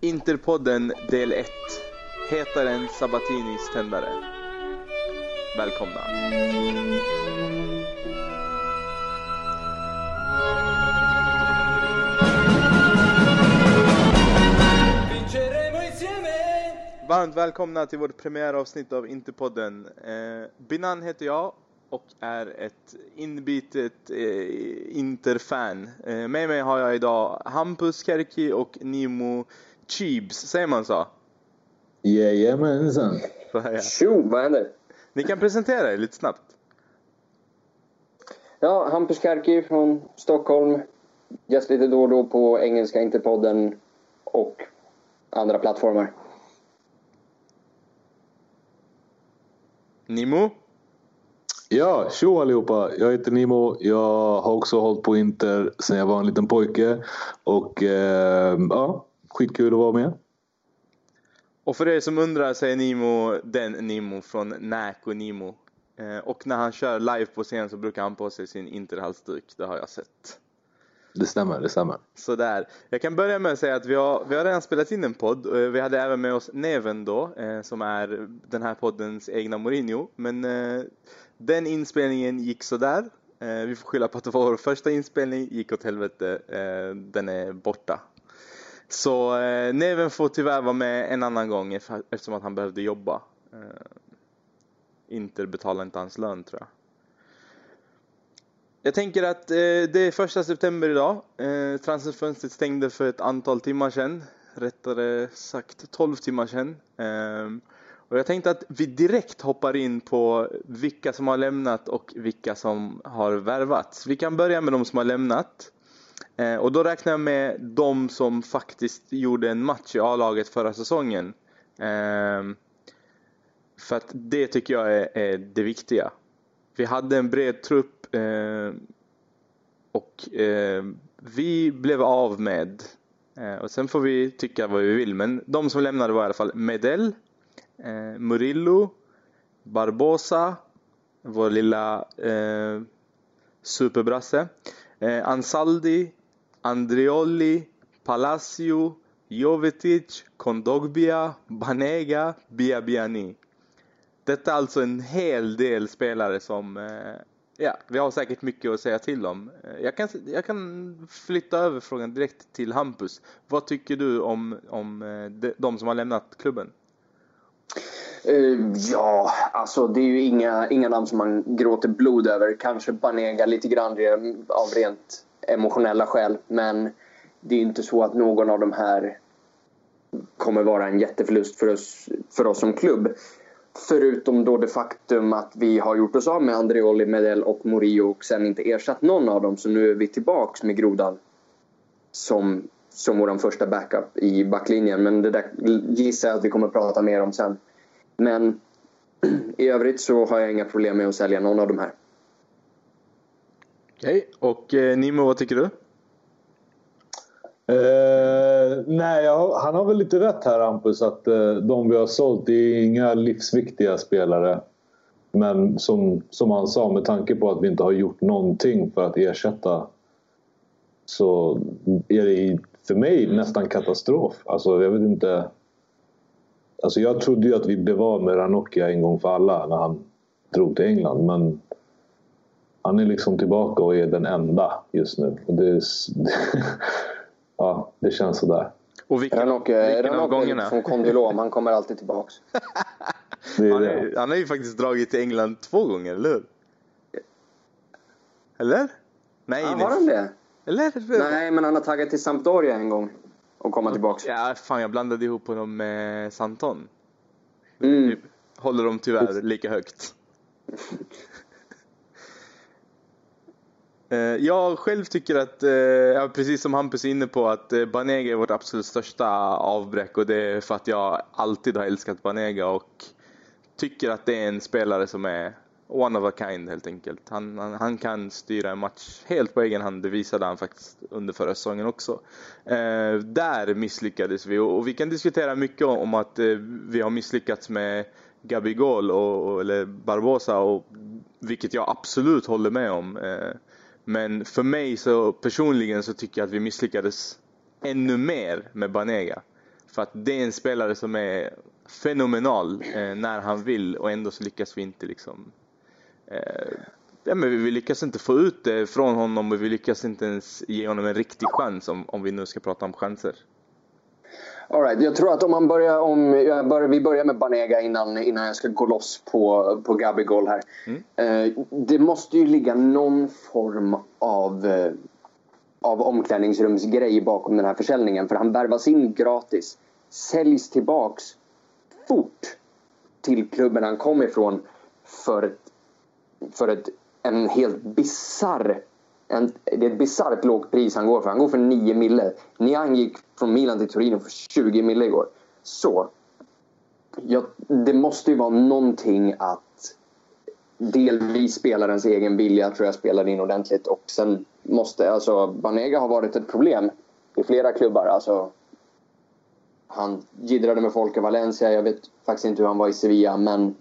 Interpodden del 1. Heter en Sabatinis tändare. Välkomna. Varmt välkomna till vårt premiäravsnitt av Interpodden. Binan heter jag och är ett inbitet Interfan. Med mig har jag idag Hampus Kärki och Nimo Cheebs. Säger man så? Jajamensan. Tjo, vad händer? Ni kan presentera er lite snabbt. Ja, Hampus Kärki från Stockholm. Gäst lite då och då på engelska Interpodden och andra plattformar. Nimo? Ja, tjo allihopa. Jag heter Nimo. Jag har också hållit på Inter sedan jag var en liten pojke. Och ja, skitkul att vara med. Och för er som undrar så är Nimo den Nimo från Näk och Nimo. Och när han kör live på scen så brukar han på sig sin Interhalsduk. Det har jag sett. Det stämmer. Så där. Jag kan börja med att säga att vi har redan spelat in en podd. Vi hade även med oss Neven då, som är den här poddens egna Mourinho. Men den inspelningen gick så där. Vi får skylla på att det var vår första inspelning. Gick åt helvete. Den är borta. Så Neven får tyvärr vara med en annan gång eftersom att han behövde jobba. Inter betalar inte hans lön, tror jag. Jag tänker att det är 1 september idag. Transferfönstret stängde för ett antal timmar sedan. Rättare sagt 12 timmar sedan. Och jag tänkte att vi direkt hoppar in på vilka som har lämnat och vilka som har värvats. Vi kan börja med de som har lämnat. Och då räknar jag med de som faktiskt gjorde en match i A-laget förra säsongen. För att det tycker jag är det viktiga. Vi hade en bred trupp. Och vi blev av med. Och sen får vi tycka vad vi vill. Men de som lämnade var i alla fall Medel, Murillo, Barbosa, vår lilla superbrasse, Ansaldi, Andrioli, Palacio, Jovetic, Kondogbia, Banega, Biabiani. Detta är alltså en hel del spelare som ja, vi har säkert mycket att säga till om. Jag kan flytta över frågan direkt till Hampus. Vad tycker du om de som har lämnat klubben? Ja, alltså det är ju inga namn som man gråter blod över. Kanske Banega lite grann av rent emotionella skäl. Men det är inte så att någon av de här kommer vara en jätteförlust för oss som klubb. Förutom då det faktum att vi har gjort oss av med Andrioli, Medel och Murillo och sen inte ersatt någon av dem. Så nu är vi tillbaks med Grodan som vår första backup i backlinjen. Men det där gissar jag att vi kommer att prata mer om sen. Men i övrigt så har jag inga problem med att sälja någon av de här. Okej, och Nimo, vad tycker du? Nej, han har väl lite rätt här, Hampus, att de vi har sålt är inga livsviktiga spelare. Men som han sa, med tanke på att vi inte har gjort någonting för att ersätta, så är det för mig nästan katastrof. Alltså jag vet inte. Alltså jag trodde ju att vi blev av med Ranocchia en gång för alla när han drog till England. Men han är liksom tillbaka och är den enda just nu. Och ja, det känns sådär. Och vilken av gångerna? Som kondylom, han kommer alltid tillbaks. Han har ju faktiskt dragit till England 2 gånger, eller hur? Eller? Nej, har han det? Eller? Nej, men han har taggat till Sampdoria en gång och komma tillbaks. Ja, fan, jag blandade ihop honom med Santon. Mm. Håller de tyvärr lika högt. Jag själv tycker att, precis som Hampus är inne på, att Banega är vårt absolut största avbräck. Och det är för att jag alltid har älskat Banega och tycker att det är en spelare som är one of a kind helt enkelt. Han kan styra en match helt på egen hand. Det visade han faktiskt under förra säsongen också. Där misslyckades vi. Och vi kan diskutera mycket om att vi har misslyckats med Gabigol eller Barbosa. Vilket jag absolut håller med om. Men för mig så personligen så tycker jag att vi misslyckades ännu mer med Banega. För att det är en spelare som är fenomenal när han vill, och ändå så lyckas vi inte liksom men vi lyckas inte få ut det från honom, och vi lyckas inte ens ge honom en riktig chans, om vi nu ska prata om chanser. All right, jag tror att om vi börjar med Banega innan jag ska gå loss på Gabigol här. Det måste ju ligga någon form av omklädningsrumsgrej bakom den här försäljningen, för han värvas in gratis, säljs tillbaks fort till klubben han kom ifrån för en helt bizarr. Det är ett bizarrt lågt pris han går för. Han går för 9 mille. Niang gick från Milan till Torino för 20 mille igår. Så det måste ju vara någonting att delvis spelarens egen vilja tror jag spelar in ordentligt. Och sen måste, alltså Banega har varit ett problem i flera klubbar. Alltså han giddrade med folk i Valencia. Jag vet faktiskt inte hur han var i Sevilla,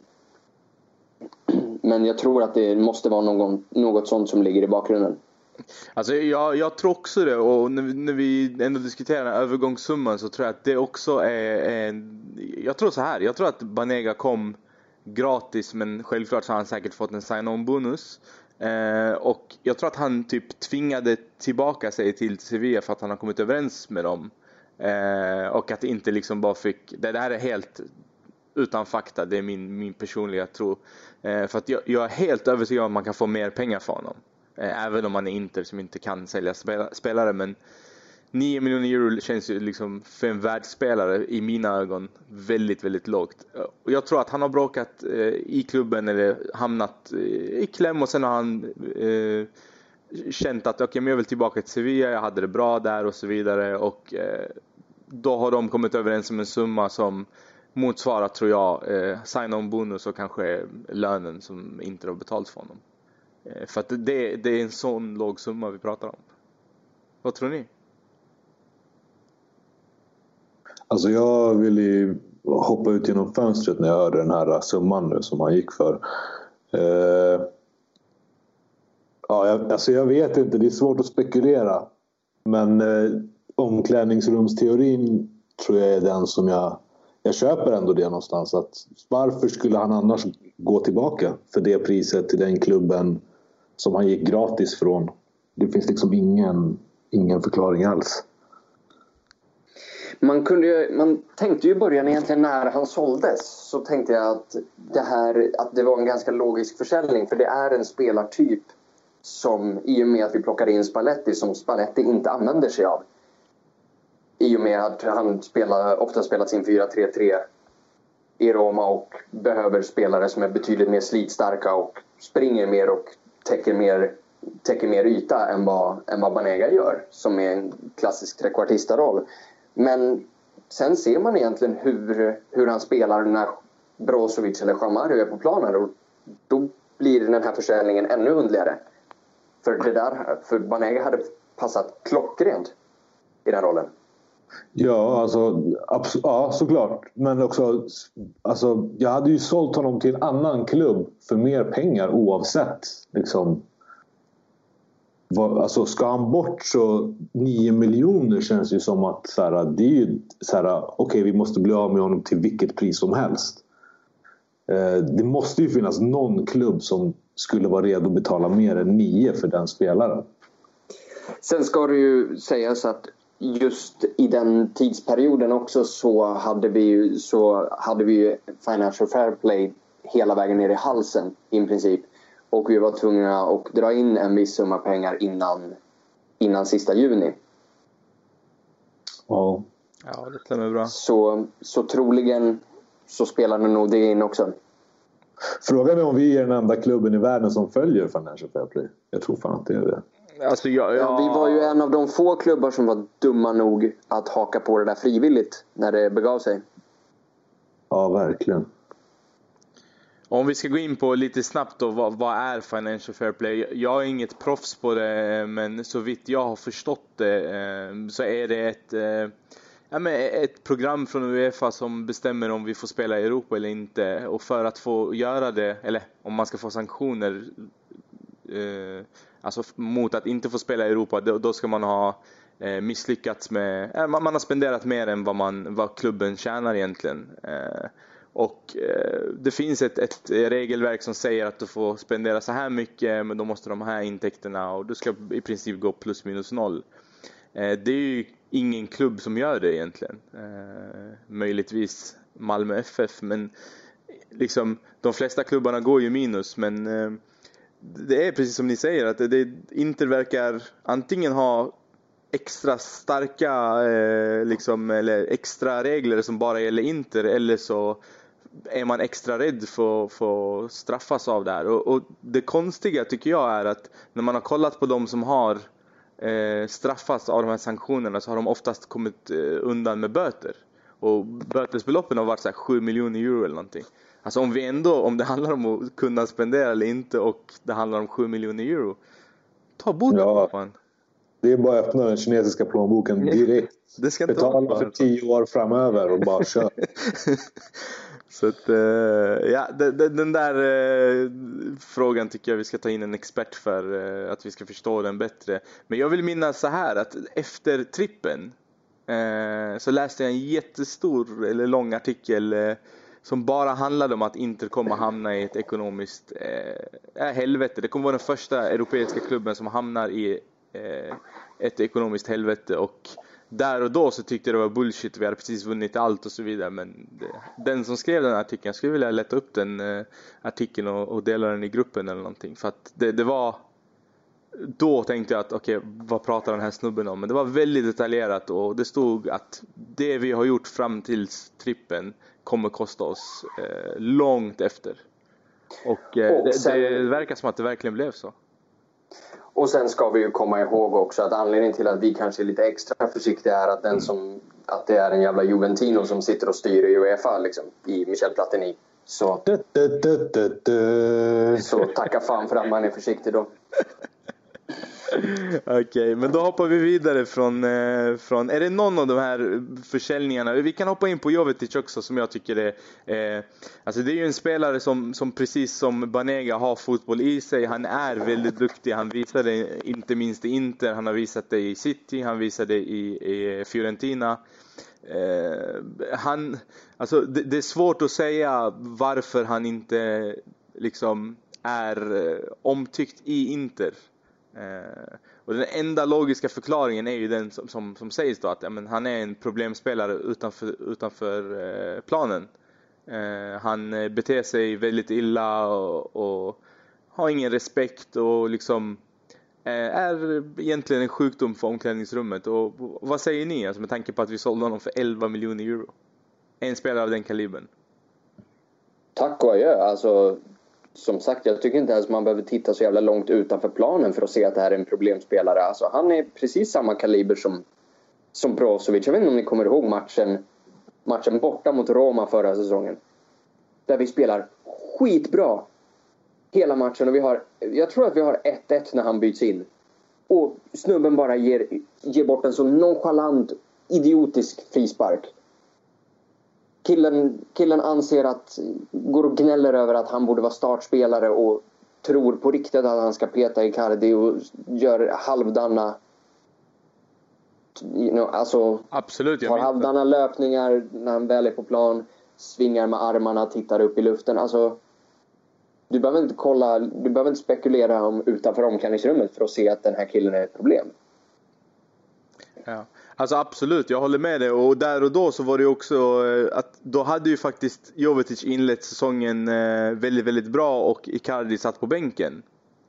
men jag tror att det måste vara något sånt som ligger i bakgrunden. Alltså jag tror också det, och när vi ändå diskuterar övergångssumman så tror jag att det också är jag tror så här. Jag tror att Banega kom gratis, men självklart så har han säkert fått en sign-on-bonus. Och jag tror att han typ tvingade tillbaka sig till Sevilla för att han har kommit överens med dem. Och att inte liksom bara fick... Det här är helt utan fakta, det är min personliga tro. För att jag är helt övertygad om att man kan få mer pengar för honom. Även om man är Inter som inte kan sälja spelare. Men 9 miljoner euro känns ju liksom för en världsspelare i mina ögon väldigt, väldigt lågt. Och jag tror att han har bråkat i klubben eller hamnat i kläm, och sen har han känt att okej, men jag vill tillbaka till Sevilla, jag hade det bra där och så vidare. Och då har de kommit överens om en summa som motsvarar, tror jag, sign-on bonus och kanske lönen som inte har betalt för honom. För att det är en sån låg summa vi pratar om. Vad tror ni? Alltså jag ville ju hoppa ut genom fönstret när jag hörde den här summan nu som han gick för. Jag vet inte, det är svårt att spekulera. Men omklädningsrumsteorin tror jag är den som jag köper ändå det någonstans. Att varför skulle han annars gå tillbaka för det priset till den klubben som han gick gratis från? Det finns liksom ingen förklaring alls. Man tänkte ju i början egentligen när han såldes, så tänkte jag att det var en ganska logisk försäljning, för det är en spelartyp som, i och med att vi plockar in Spalletti, som Spalletti inte använder sig av. I och med att han ofta spelat sin 4-3-3 i Roma och behöver spelare som är betydligt mer slitstarka och springer mer och täcker mer yta än vad Banega gör, som är en klassisk trekvartista-roll. Men sen ser man egentligen hur han spelar när Brozovic eller Samario är på planen, och då blir den här försäljningen ännu underligare. För Banega hade passat klockrent i den rollen. Ja, såklart. Men också, alltså, jag hade ju sålt honom till en annan klubb för mer pengar oavsett. Liksom. Alltså, ska han bort så 9 miljoner känns ju som att det är ju okej, vi måste bli av med honom till vilket pris som helst. Det måste ju finnas någon klubb som skulle vara redo att betala mer än 9 för den spelaren. Sen ska det ju sägas att just i den tidsperioden också så hade vi ju financial fair play hela vägen ner i halsen i princip. Och vi var tvungna att dra in en viss summa pengar innan sista juni. Ja, det stämmer bra. Så troligen så spelade nog det in också. Frågan är om vi är den enda klubben i världen som följer financial fair play. Jag tror fan att det är det. Alltså, vi var ju en av de få klubbar som var dumma nog att haka på det där frivilligt när det begav sig. Ja, verkligen. Om vi ska gå in på lite snabbt då, vad är financial fair play? Jag är inget proffs på det, men så vitt jag har förstått det så är det ett program från UEFA som bestämmer om vi får spela i Europa eller inte. Och för att få göra det, eller om man ska få sanktioner alltså mot att inte få spela i Europa, då ska man ha misslyckats med, man har spenderat mer än vad klubben tjänar egentligen. Och det finns ett regelverk som säger att du får spendera så här mycket, men då måste de här intäkterna och du ska i princip gå plus minus noll. Det är ju ingen klubb som gör det egentligen. Möjligtvis Malmö FF, men liksom de flesta klubbarna går ju minus. Men det är precis som ni säger, att det inte verkar antingen ha extra starka liksom, eller extra regler som bara gäller Inter, eller så är man extra rädd för att straffas av det här. Och det konstiga tycker jag är att när man har kollat på de som har straffats av de här sanktionerna, så har de oftast kommit undan med böter. Och bötesbeloppen har varit så här 7 miljoner euro eller någonting. Alltså om det handlar om att kunna spendera eller inte, och det handlar om 7 miljoner euro, ta boten. Ja, det är bara att öppna den kinesiska plånboken direkt. Det ska inte betala för 10 år framöver och bara kör. Så att, ja, den där frågan tycker jag vi ska ta in en expert för, att vi ska förstå den bättre. Men jag vill minnas så här, att efter trippen så läste jag en jättestor eller lång artikel som bara handlade om att Inter kommer hamna i ett ekonomiskt helvete. Det kommer vara den första europeiska klubben som hamnar i ett ekonomiskt helvete, och där och då så tyckte jag det var bullshit, vi hade precis vunnit allt och så vidare. Men den som skrev den artikeln, jag skulle vilja leta upp den artikeln och dela den i gruppen eller någonting. För att det var, då tänkte jag att okej, vad pratar den här snubben om? Men det var väldigt detaljerat, och det stod att det vi har gjort fram till trippen kommer kosta oss långt efter. Och det verkar som att det verkligen blev så. Och sen ska vi ju komma ihåg också att anledningen till att vi kanske är lite extra försiktiga är att det är en jävla Juventino som sitter och styr i UEFA liksom, i Michel Platini. Så tacka fan för att man är försiktig då. Okej, men då hoppar vi vidare från är det någon av de här försäljningarna? Vi kan hoppa in på Jovetic också, som jag tycker är alltså det är ju en spelare som precis som Banega har fotboll i sig. Han är väldigt duktig, han visar det inte minst i Inter, han har visat det i City, han visade det i Fiorentina. Alltså det är svårt att säga varför han inte liksom är omtyckt i Inter. Och den enda logiska förklaringen är ju den som sägs då, att han är en problemspelare utanför planen. Han beter sig väldigt illa och har ingen respekt, och liksom är egentligen en sjukdom för omklädningsrummet. Och vad säger ni, alltså, med tanke på att vi sålde honom för 11 miljoner euro? En spelare av den kalibern. Tack och adjö. Alltså, som sagt, jag tycker inte ens man behöver titta så jävla långt utanför planen för att se att det här är en problemspelare. Alltså, han är precis samma kaliber som Brozovic. Jag vet inte om ni kommer ihåg matchen borta mot Roma förra säsongen. Där vi spelar skitbra hela matchen, och jag tror att vi har 1-1 när han byts in. Och snubben bara ger bort en så nonchalant, idiotisk frispark. Killen anser går och gnäller över att han borde vara startspelare och tror på riktigt att han ska peta Icardi och gör halvdana alltså absolut, har halvdana löpningar när han väl är på plan, svingar med armarna, tittar upp i luften. Alltså, du behöver inte spekulera utanför omklädningsrummet för att se att den här killen är ett problem. Ja, alltså absolut, jag håller med dig. Och där och då så var det också att då hade ju faktiskt Jovetic inlett säsongen väldigt, väldigt bra, och Icardi satt på bänken.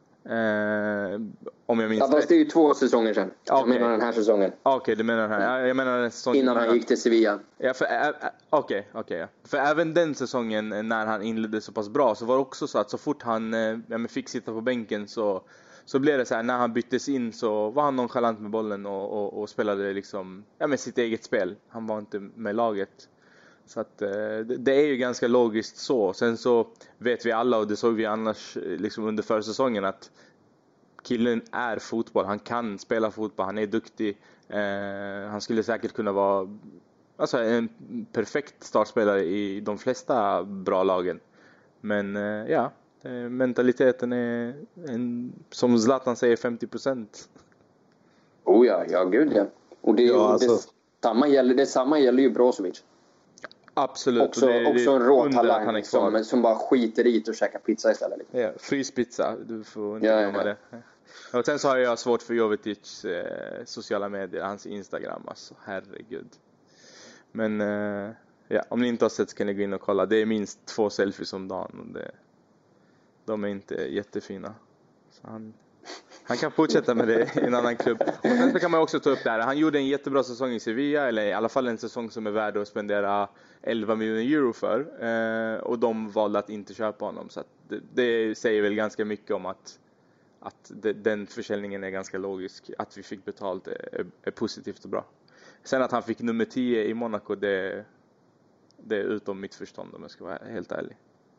Om jag minns rätt. Fast det är ju 2 säsonger sedan. Okay. Jag menar den här säsongen. Okej, du menar den här. Jag menar den säsongen innan han gick till Sevilla. Ja, okej. För även den säsongen när han inledde så pass bra, så var det också så att så fort han fick sitta på bänken så blev det så här, när han byttes in så var han nonchalant med bollen och spelade liksom med sitt eget spel. Han var inte med laget. Så att det är ju ganska logiskt så. Sen så vet vi alla, och det såg vi annars liksom under försäsongen, att killen är fotboll. Han kan spela fotboll, han är duktig. Han skulle säkert kunna vara en perfekt startspelare i de flesta bra lagen. Men mentaliteten är som Zlatan säger 50%. Oh ja, gud ja. Och detsamma gäller ju Brozovic. Absolut. Också en råtalang som bara skiter i och käkar pizza istället. Liksom. Ja, fryspizza. Du får inte glömma det. Och sen så har jag svårt för Jovetic sociala medier, hans Instagram. Alltså, herregud. Men om ni inte har sett så kan ni gå in och kolla. Det är minst 2 selfies om dagen. Och de är inte jättefina. Så han kan fortsätta med det i en annan klubb. Och sen så kan man också ta upp det här. Han gjorde en jättebra säsong i Sevilla. Eller i alla fall en säsong som är värd att spendera 11 miljoner euro för. Och de valde att inte köpa honom. Så att det säger väl ganska mycket om att den försäljningen är ganska logisk. Att vi fick betalt är positivt och bra. Sen att han fick nummer 10 i Monaco, det är utom mitt förstånd om jag ska vara helt ärlig.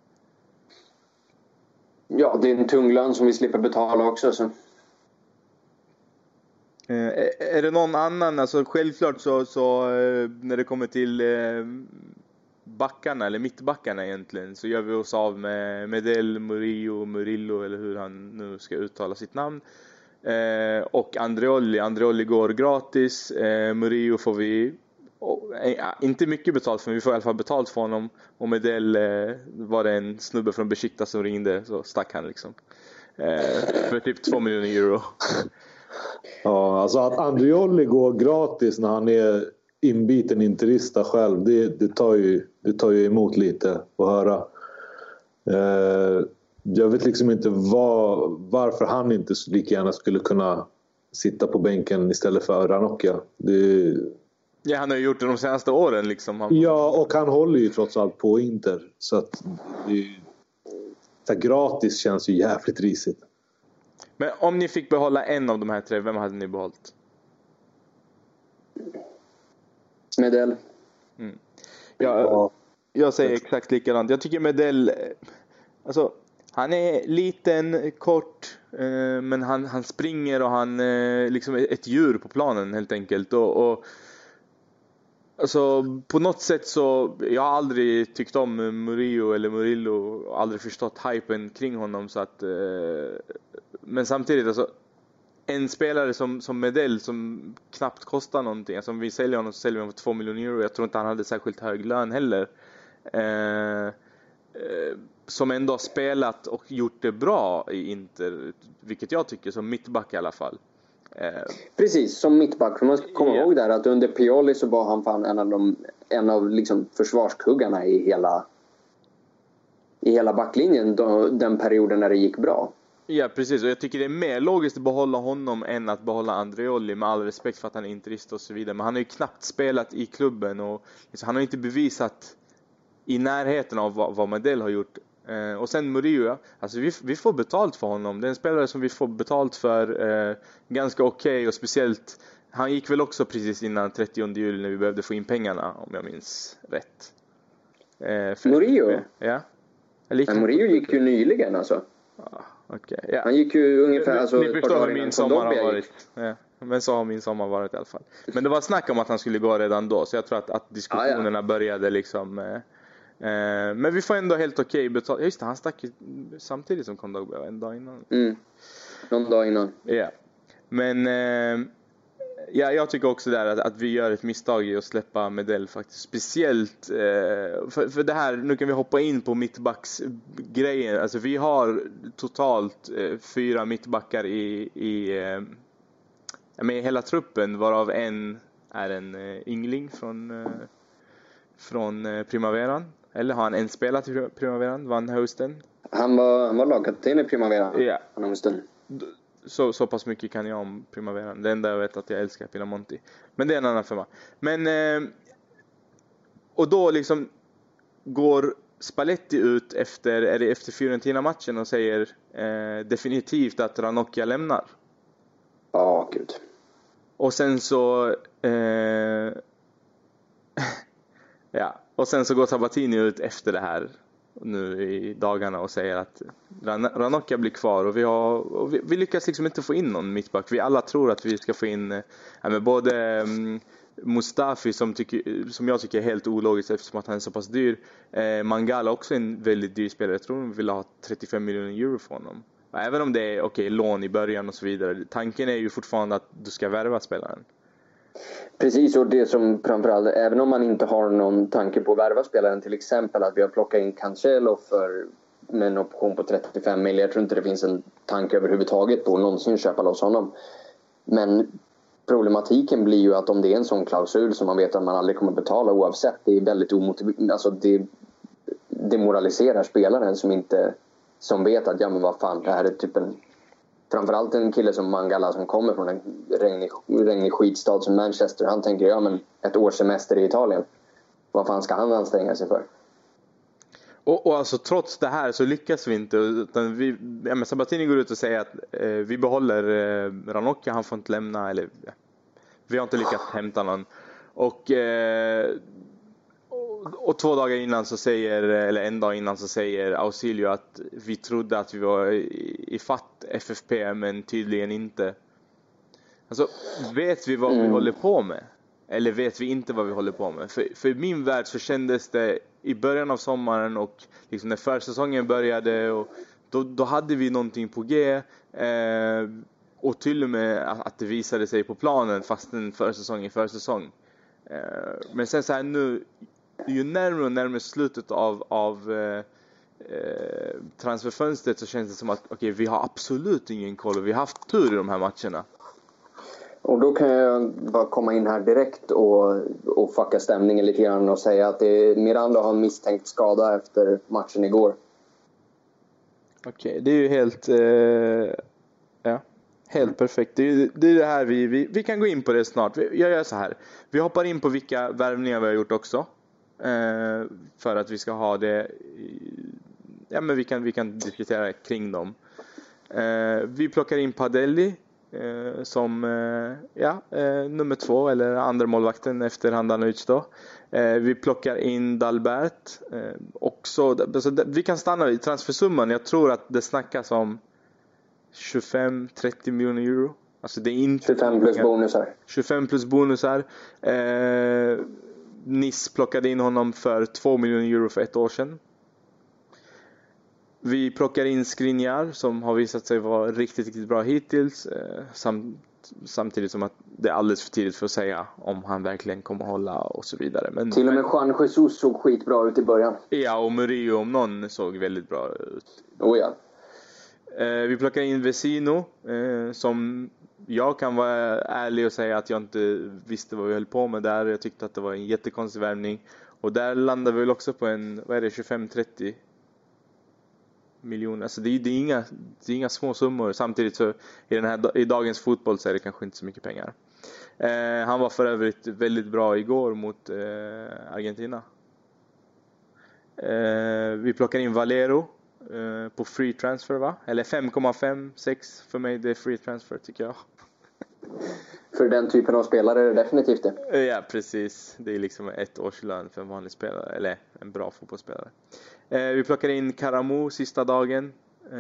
Ja, det är en tung lön som vi slipper betala också. Så. Är det någon annan? Alltså självklart så när det kommer till backarna eller mittbackarna egentligen så gör vi oss av med Medel, Murillo eller hur han nu ska uttala sitt namn. Och Andreoli går gratis. Murillo får vi inte mycket betalt för, men vi får i alla fall betalt för honom. Och Medel var det en snubbe från Besiktas som ringde, så stack han liksom. För typ 2 miljoner euro. Ja, alltså att Andreoli går gratis när han är inbiten interista själv, det tar ju emot lite att höra. Jag vet liksom inte varför han inte lika gärna skulle kunna sitta på bänken istället för Ranocchia. Ja, han har ju gjort det de senaste åren liksom. Ja, och han håller ju trots allt på Inter. Så att det gratis känns ju jävligt risigt. Men om ni fick behålla en av de här 3, vem hade ni behållit? Medel. Jag säger exakt likadant. Jag tycker Medel, alltså han är liten, kort, men han springer och han liksom är ett djur på planen helt enkelt. Och alltså på något sätt så jag har aldrig tyckt om Murillo eller Murillo, aldrig förstått hypen kring honom, så att men samtidigt alltså en spelare som Medel som knappt kostar någonting, alltså om vi säljer honom så säljer vi honom för 2 miljoner euro. Jag tror inte han hade särskilt hög lön heller. Som ändå har spelat och gjort det bra i Inter, vilket jag tycker som mittback i alla fall. Precis, som mittback. För man ska komma ihåg där att under Pioli så var han fan en av liksom försvarskuggarna i hela backlinjen den perioden när det gick bra. Ja, precis. Och jag tycker det är mer logiskt att behålla honom än att behålla Andreoli, med all respekt för att han är interist och så vidare. Men han har ju knappt spelat i klubben och liksom, han har inte bevisat i närheten av vad Medel har gjort. Och sen Murillo, alltså vi får betalt för honom. Det är en spelare som vi får betalt för ganska okej, och speciellt han gick väl också precis innan 30 juli när vi behövde få in pengarna, om jag minns rätt. Murillo? Ja. Murillo gick ju nyligen alltså. Okay, ja. Han gick ju ungefär alltså, ni förstår hur min sommar har varit. Ja, men så har min sommar varit i alla fall. Men det var snack om att han skulle gå redan då, så jag tror att diskussionerna började liksom men vi får ändå helt okej betalt. Just det, han stack samtidigt som Kondogbia en dag innan. Någon dag innan. Ja. Men jag tycker också där att vi gör ett misstag i att släppa Medel faktiskt. Speciellt för det här, nu kan vi hoppa in på mittbacksgrejen. Alltså vi har totalt 4 mittbackar i hela truppen, varav en är en yngling från Primaveran. Eller har han en spelat i Primaveran? Van Hosten? Han var lagkapten i Primaveran. Ja. Van Hosten. Så pass mycket kan jag om Primaveran. Det enda jag vet att jag älskar Pinamonti. Men det är en annan femma. Men och då liksom går Spalletti ut efter Fiorentina-matchen och säger definitivt att Ranocchia lämnar. Ja, gud. Och sen så ja, och sen så går Sabatini ut efter det här nu i dagarna och säger att Ranocchia blir kvar, och vi lyckas liksom inte få in någon mittback. Vi alla tror att vi ska få in både Mustafi som jag tycker är helt ologiskt eftersom att han är så pass dyr. Mangala också en väldigt dyr spelare. Jag tror de vill ha 35 miljoner euro för honom. Även om det är lån i början och så vidare. Tanken är ju fortfarande att du ska värva spelaren. Precis, och det som framförallt, även om man inte har någon tanke på att värva spelaren, till exempel att vi har plockat in Cancelo med en option på 35 miljoner. Jag tror inte det finns en tanke överhuvudtaget på att någonsin köpa loss honom. Men problematiken blir ju att om det är en sån klausul som man vet att man aldrig kommer betala oavsett, det är väldigt omotiverat. Alltså det demoraliserar spelaren som vet att ja men vad fan, det här är typ framförallt en kille som Mangala som kommer från en regnig skitstad som Manchester. Han tänker, ja men ett års semester i Italien. Vad fan ska han anstränga sig för? Och alltså trots det här så lyckas vi inte. Utan Sabatini går ut och säger att vi behåller Ranocchia, han får inte lämna. Eller, vi har inte lyckats hämta någon. Och 2 dagar innan så säger, eller en dag innan så säger Ausilio att vi trodde att vi var i fatt FFP men tydligen inte. Alltså vet vi vad vi håller på med? Eller vet vi inte vad vi håller på med? För i min värld så kändes det i början av sommaren och liksom när försäsongen började och då hade vi någonting på G och till och med att det visade sig på planen fast en försäsong. Men sen så här nu ju närmare och närmare slutet av transferfönstret så känns det som att okej, vi har absolut ingen koll och vi har haft tur i de här matcherna. Och då kan jag bara komma in här direkt och fucka stämningen lite grann och säga att Miranda har en misstänkt skada efter matchen igår. Okej, det är ju helt helt perfekt. Det är det här vi kan gå in på det snart. Jag gör så här. Vi hoppar in på vilka värvningar vi har gjort också. För att vi ska ha det men vi kan diskutera kring dem. Vi plockar in Padelli som nummer 2 eller andra målvakten efter Handanovic då. Vi plockar in Dalbert också. Alltså, vi kan stanna vid transfersumman. Jag tror att det snackas om 25-30 miljoner euro. Alltså det är inte 25 plus bonusar. 25 plus bonusar. Nice plockade in honom för 2 miljoner euro för 1 år sedan. Vi plockar in Skriniar som har visat sig vara riktigt, riktigt bra hittills. Samtidigt som att det är alldeles för tidigt för att säga om han verkligen kommer hålla och så vidare. Men, till och med Juan Jesus såg skitbra ut i början. Ja, och Murillo om någon såg väldigt bra ut. Oh ja. Vi plockar in Vecino som jag kan vara ärlig och säga att jag inte visste vad vi höll på med där. Jag tyckte att det var en jättekonstig värvning. Och där landar vi väl också på 25-30 miljoner. Alltså det är inga små summor. Samtidigt så i dagens fotboll så är det kanske inte så mycket pengar. Han var för övrigt väldigt bra igår mot Argentina. Vi plockar in Valero på free transfer, va? Eller 5,5-6 för mig, det är free transfer tycker jag. För den typen av spelare är det definitivt det. Ja, precis. Det är liksom 1 årslön för en vanlig spelare. Eller en bra fotbollsspelare. Vi plockar in Karamu sista dagen.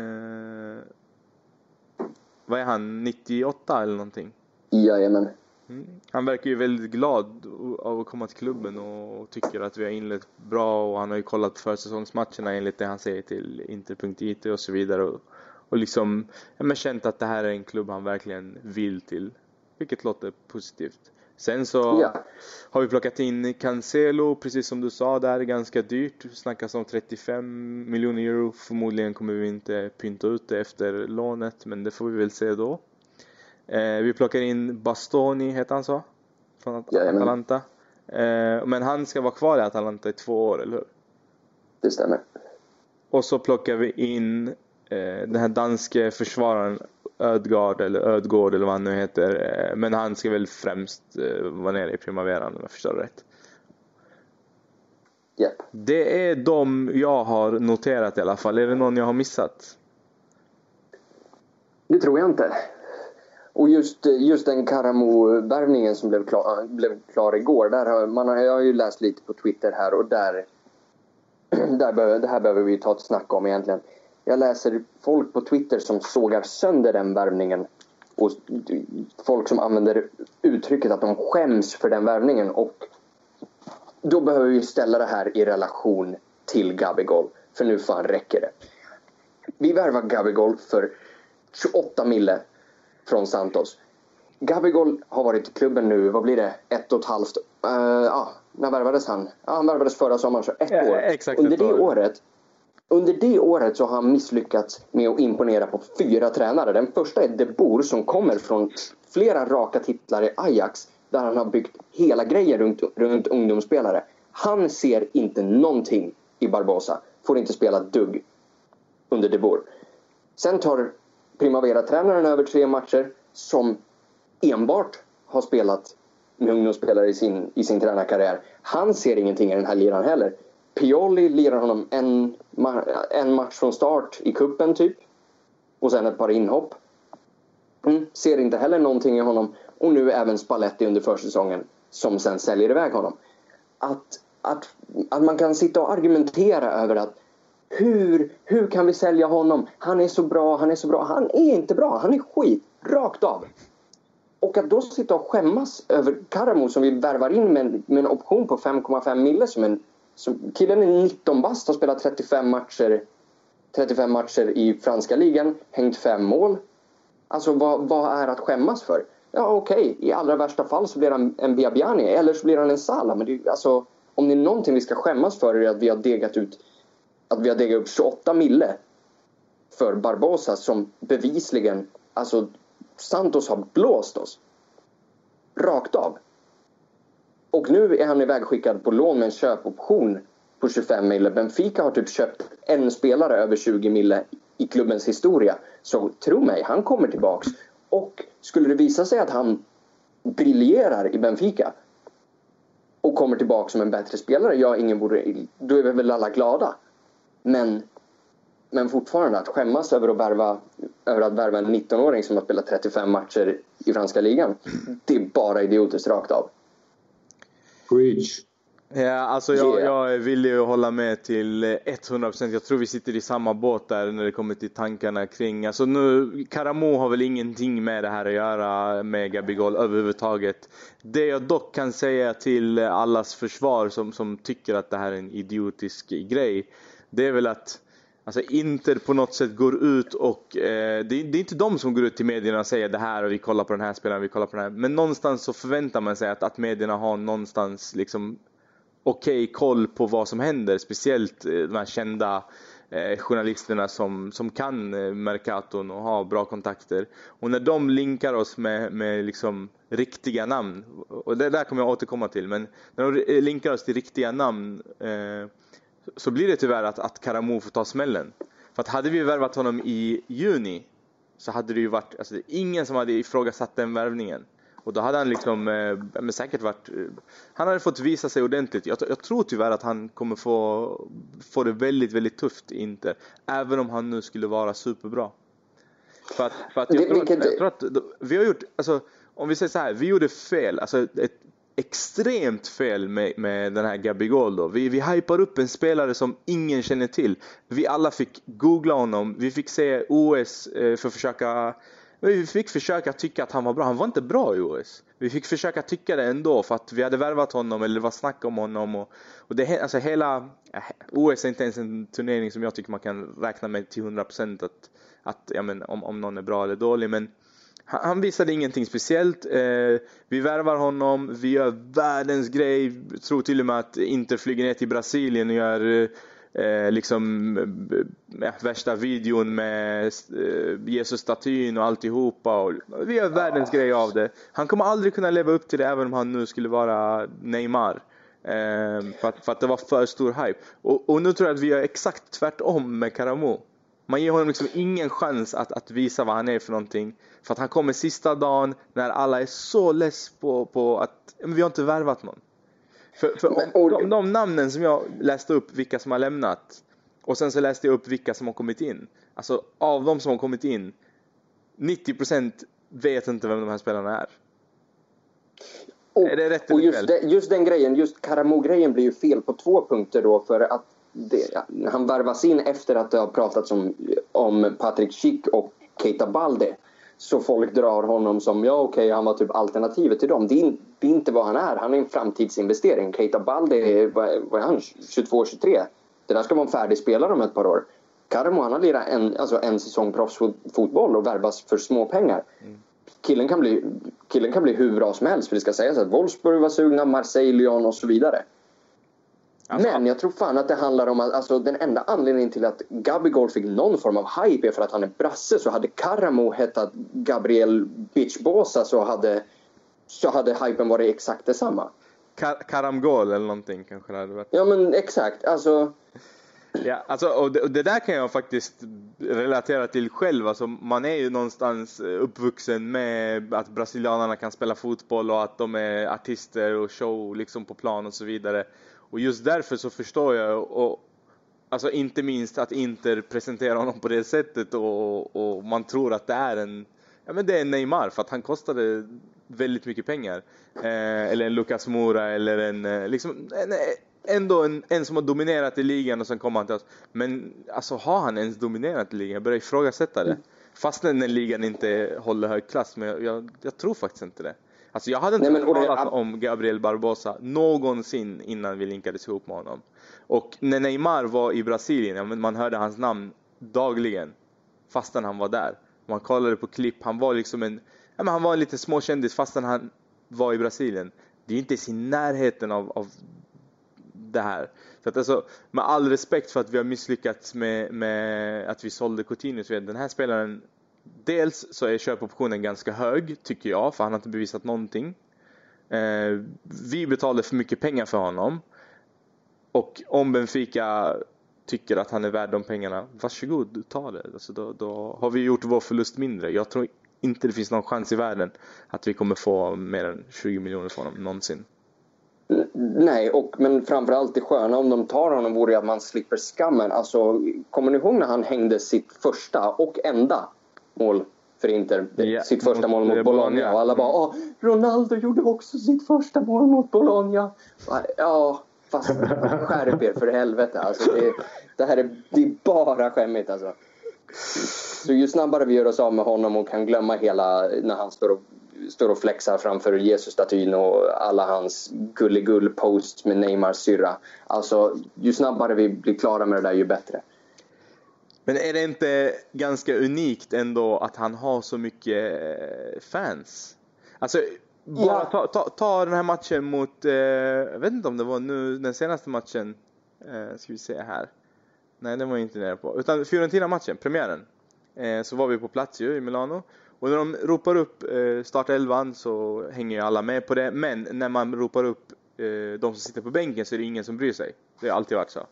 Vad är han? 98 eller någonting? Jajamän. Han verkar ju väldigt glad av att komma till klubben och tycker att vi har inlett bra. Och han har ju kollat försäsongsmatcherna enligt det han säger till Inter.it och så vidare. Och liksom känt att det här är en klubb han verkligen vill till. Vilket låter positivt. Sen så har vi plockat in Cancelo, precis som du sa där, ganska dyrt. Snackas om 35 miljoner euro. Förmodligen kommer vi inte pynta ut det efter lånet, men det får vi väl se då. Vi plockar in Bastoni, heter han så? Från Atalanta. Men han ska vara kvar i Atalanta i 2 år, eller hur? Det stämmer. Och så plockar vi in den här danske försvararen Ödgaard eller vad han nu heter. Men han ska väl främst vara nere i Primaveran om jag förstår rätt. Yep. Det är de jag har noterat i alla fall. Är det någon jag har missat? Det tror jag inte. Och just den Karamu-värvningen som blev klar igår. Jag har ju läst lite på Twitter här och det här behöver vi ta ett snack om egentligen. Jag läser folk på Twitter som sågar sönder den värvningen. Och folk som använder uttrycket att de skäms för den värvningen. Och då behöver vi ställa det här i relation till Gabigol. För nu fan räcker det. Vi värvar Gabigol för 28 mille från Santos. Gabigol har varit i klubben nu, vad blir det? 1,5 när värvades han? Ja, han värvades förra sommaren, så 1 år. Exakt Under det året så har han misslyckats med att imponera på 4 tränare. Den första är De Boer som kommer från flera raka titlar i Ajax, där han har byggt hela grejen runt ungdomsspelare. Han ser inte någonting i Barbosa. Får inte spela dugg under De Boer. Sen tar Primavera-tränaren över 3 matcher som enbart har spelat med ungdomsspelare i sin tränarkarriär. Han ser ingenting i den här liran heller. Pioli lirar honom en match från start i kuppen typ. Och sen ett par inhopp. Ser inte heller någonting i honom. Och nu även Spalletti under försäsongen som sen säljer iväg honom. Att man kan sitta och argumentera över att hur kan vi sälja honom? Han är så bra. Han är inte bra. Han är skit. Rakt av. Och att då sitta och skämmas över Karamo som vi värvar in med en option på 5,5 mille som killen är 19 bast, har spelat 35 matcher i franska ligan, hängt 5 mål. Alltså vad är att skämmas för? Ja okej, i allra värsta fall så blir han en Biabiani eller så blir han en Salah. Men det, alltså, om det är någonting vi ska skämmas för är det att vi har degat upp 28 mille för Barbosa som bevisligen, alltså Santos har blåst oss rakt av. Och nu är han ivägskickad på lån med en köpoption på 25 mille. Benfica har typ köpt en spelare över 20 mille i klubbens historia. Så tro mig, han kommer tillbaks. Och skulle det visa sig att han briljerar i Benfica och kommer tillbaka som en bättre spelare, då är vi väl alla glada. Men fortfarande att skämmas över att värva en 19-åring som har spelat 35 matcher i franska ligan, det är bara idiotiskt rakt av. Preach. Ja, alltså jag vill ju hålla med till 100%. Jag tror vi sitter i samma båt där när det kommer till tankarna kring. Alltså nu, Karamo har väl ingenting med det här att göra med Gabigol överhuvudtaget. Det jag dock kan säga till allas försvar som tycker att det här är en idiotisk grej, det är väl att alltså Inter på något sätt går ut och det är inte de som går ut till medierna och säger det här och vi kollar på den här spelaren, vi kollar på den här. Men någonstans så förväntar man sig att medierna har någonstans liksom okej koll på vad som händer. Speciellt de här kända journalisterna som kan Mercaton och har bra kontakter. Och när de linkar oss med liksom riktiga namn, och det där kommer jag återkomma till, men när de linkar oss till riktiga namn så blir det tyvärr att Karamo får ta smällen. För att hade vi värvat honom i juni så hade det ju varit, alltså ingen som hade ifrågasatt den värvningen. Och då hade han liksom säkert varit, han hade fått visa sig ordentligt. Jag tror tyvärr att han kommer få det väldigt, väldigt tufft inte. Även om han nu skulle vara superbra. För att jag tror att vi har gjort, alltså om vi säger så här, vi gjorde fel, alltså ett extremt fel med den här Gabigol då. Vi hypar upp en spelare som ingen känner till. Vi alla fick googla honom. Vi fick se OS vi fick försöka tycka att han var bra. Han var inte bra i OS. Vi fick försöka tycka det ändå för att vi hade värvat honom eller det var snack om honom. Och det, alltså hela OS är inte ens en turnering som jag tycker man kan räkna med till 100% att ja, men, om någon är bra eller dålig. Men han visade ingenting speciellt. Vi värvar honom. Vi gör världens grej. Jag tror till och med att Inter flyger ner till Brasilien och gör värsta videon med Jesus-statyn och alltihopa. Och vi gör världens grej av det. Han kommer aldrig kunna leva upp till det även om han nu skulle vara Neymar. För att det var för stor hype. Och nu tror jag att vi gör exakt tvärtom med Karamo. Man ger honom liksom ingen chans att visa vad han är för någonting. För att han kommer sista dagen när alla är så less på att vi har inte värvat någon. För de namnen som jag läste upp, vilka som har lämnat, och sen så läste jag upp vilka som har kommit in. Alltså av de som har kommit in, 90% vet inte vem de här spelarna är. Är det rätt eller fel? Just den grejen, just Karamo-grejen blir ju fel på 2 punkter då. För att han värvas in efter att det har pratats om Patrick Schick och Keita Balde. Så folk drar honom som, han var typ alternativet till dem. Det är inte vad han är. Han är en framtidsinvestering. Keita Balde, vad är han? 22-23. Det där ska vara en färdig spelare om ett par år. Karamo, han har lirat en säsong proffsfotboll och värvas för små pengar. killen kan bli hur bra som helst. För det ska sägas att Wolfsburg var sugna, Marseille, Lyon och så vidare. Alltså, men jag tror fan att det handlar om att alltså, den enda anledningen till att Gabigol fick någon form av hype är för att han är brasse. Så hade Karamo hetat Gabriel Bitchbosa så hade hypen varit exakt detsamma. Karamgol eller någonting kanske det hade varit. Ja men exakt, alltså... Ja, alltså, och det där kan jag faktiskt relatera till själv. Alltså, man är ju någonstans uppvuxen med att brasilianerna kan spela fotboll och att de är artister och show liksom på plan och så vidare. Och just därför så förstår jag, och alltså inte minst att Inter presenterar honom på det sättet och man tror att det är det är Neymar för att han kostade väldigt mycket pengar. Eller en Lucas Moura eller en som har dominerat i ligan och sen kommer han till oss. Men alltså har han ens dominerat i ligan? Jag börjar ifrågasätta det. Fast den ligan inte håller hög klass, men jag tror faktiskt inte det. Alltså jag hade inte talat om Gabriel Barbosa någonsin innan vi linkades ihop med honom. Och när Neymar var i Brasilien, man hörde hans namn dagligen fastän han var där. Man kollade på klipp, han var liksom han var en liten småkändis fastän han var i Brasilien. Det är ju inte i sin närheten av det här. Så att alltså, med all respekt för att vi har misslyckats med att vi sålde Coutinho, så den här spelaren, dels så är köpoptionen ganska hög tycker jag, för han har inte bevisat någonting. Vi betalade för mycket pengar för honom. Och om Benfica tycker att han är värd de pengarna, varsågod, ta det. Alltså då har vi gjort vår förlust mindre. Jag tror inte det finns någon chans i världen att vi kommer få mer än 20 miljoner för honom någonsin. Nej, men framförallt det sköna om de tar honom vore att man slipper skammen. Alltså, kommer ni ihåg när han hängde sitt första och enda mål för Inter? Sitt första mål mot Bologna. Och alla bara, Ronaldo gjorde också sitt första mål mot Bologna. Ja, fast skärp er för helvete. Alltså, det här är bara skämmigt alltså. Så ju snabbare vi gör oss av med honom och kan glömma hela när han står och flexar framför Jesus-statyn och alla hans gulligull-posts med Neymars syrra. Alltså, ju snabbare vi blir klara med det där, ju bättre. Men är det inte ganska unikt ändå att han har så mycket fans? Alltså, bara ta den här matchen mot, jag vet inte om det var nu, den senaste matchen, ska vi se här. Nej, det var inte nere på. Utan Fiorentina-matchen, premiären. Så var vi på plats ju i Milano. Och när de ropar upp startelvan så hänger ju alla med på det. Men när man ropar upp de som sitter på bänken så är det ingen som bryr sig. Det har alltid varit så.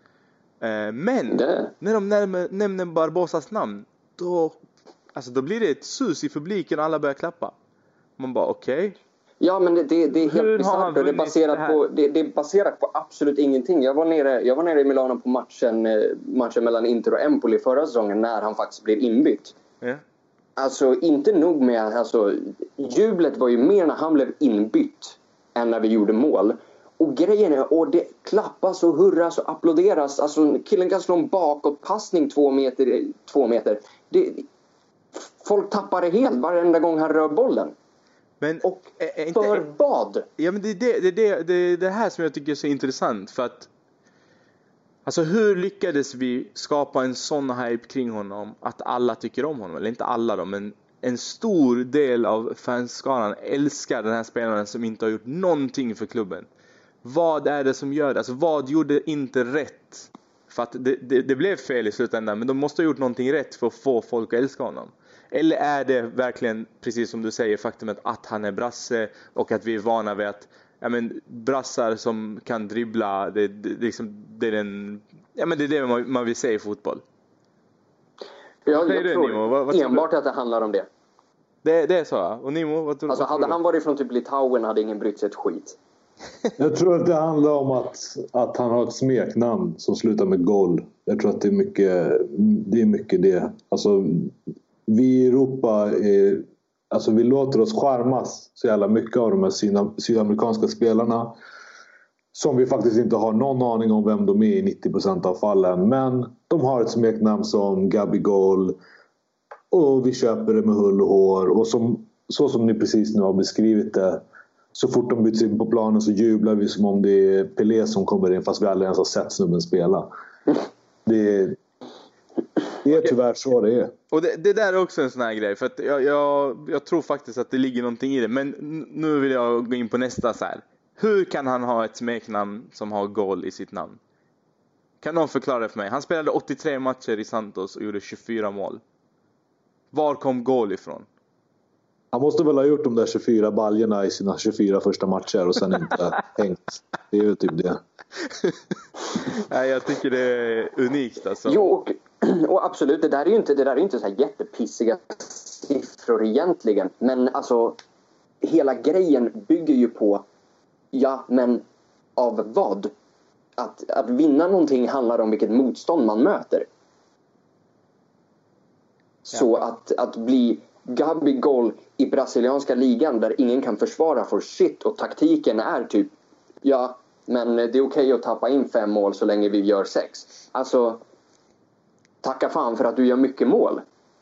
Men när de nämner Barbosas namn, då blir det ett sus i publiken och alla börjar klappa. Man bara okej. Ja, men det är helt bisarrt och det är baserat på absolut ingenting. Jag var nere i Milano på matchen mellan Inter och Empoli förra säsongen när han faktiskt blev inbytt. Yeah. Alltså inte nog med, alltså jublet var ju mer när han blev inbytt än när vi gjorde mål. Och grejen är, och det klappas och hurras och applåderas. Alltså killen kan slå en bakåtpassning 2 meter. Folk tappar det helt varenda gång han rör bollen. Men och för vad? Ja, men det är det här som jag tycker är så intressant. För att alltså, hur lyckades vi skapa en sån hype kring honom att alla tycker om honom? Eller inte alla då, men en stor del av fanskaran älskar den här spelaren som inte har gjort någonting för klubben. Vad är det som gör det? Alltså, vad gjorde inte rätt? För att det blev fel i slutändan, men de måste ha gjort någonting rätt för att få folk att älska honom. Eller är det verkligen, precis som du säger, faktumet att han är brasse och att vi är vana vid att brassar som kan dribbla, det är det man vill säga i fotboll. Jag tror enbart att det handlar om det. Det är så. Och Nimo, vad tror du? Alltså hade han varit från typ Litauen hade ingen brytt sig ett skit. Jag tror att det handlar om att han har ett smeknamn som slutar med gol. Jag tror att det är mycket det. Alltså, vi i Europa vi låter oss charmas så jävla mycket av de här sydamerikanska spelarna som vi faktiskt inte har någon aning om vem de är i 90% av fallen. Men de har ett smeknamn som Gabigol och vi köper det med hull och hår. Och så som ni precis nu har beskrivit det, så fort de byts in på planen så jublar vi som om det är Pelé som kommer in fast vi aldrig ens har sett snubben spela. Det är tyvärr så det är. Och det där är också en sån här grej. För att jag tror faktiskt att det ligger någonting i det. Men nu vill jag gå in på nästa så här. Hur kan han ha ett smeknamn som har goal i sitt namn? Kan någon förklara det för mig? Han spelade 83 matcher i Santos och gjorde 24 mål. Var kom goal ifrån? Han måste väl ha gjort de där 24 baljorna i sina 24 första matcher och sen inte hängt. Det är ju typ det. Nej, jag tycker det är unikt alltså. Jo, och absolut, det där är ju inte så här jättepissiga siffror egentligen. Men alltså, hela grejen bygger ju på, ja, men av vad? Att vinna någonting handlar om vilket motstånd man möter. Så att bli Gabigol i brasilianska ligan där ingen kan försvara för shit och taktiken är typ, ja, men det är okej att tappa in 5 mål så länge vi gör 6. Alltså, tacka fan för att du gör mycket mål.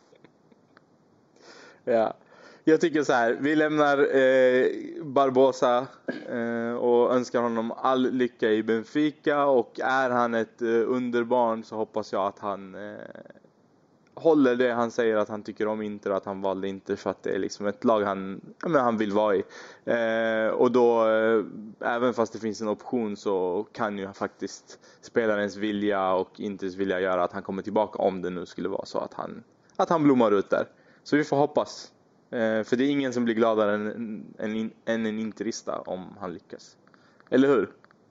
Ja, jag tycker så här. Vi lämnar Barbosa och önskar honom all lycka i Benfica. Och är han ett underbarn så hoppas jag att han håller det han säger att han tycker om Inter och att han valde Inter för att det är liksom ett lag han vill vara i. Och då, även fast det finns en option så kan ju faktiskt spelarens vilja och Inters vilja göra att han kommer tillbaka om det nu skulle vara så att han blommar ut där. Så vi får hoppas. För det är ingen som blir gladare än en interista om han lyckas. Eller hur?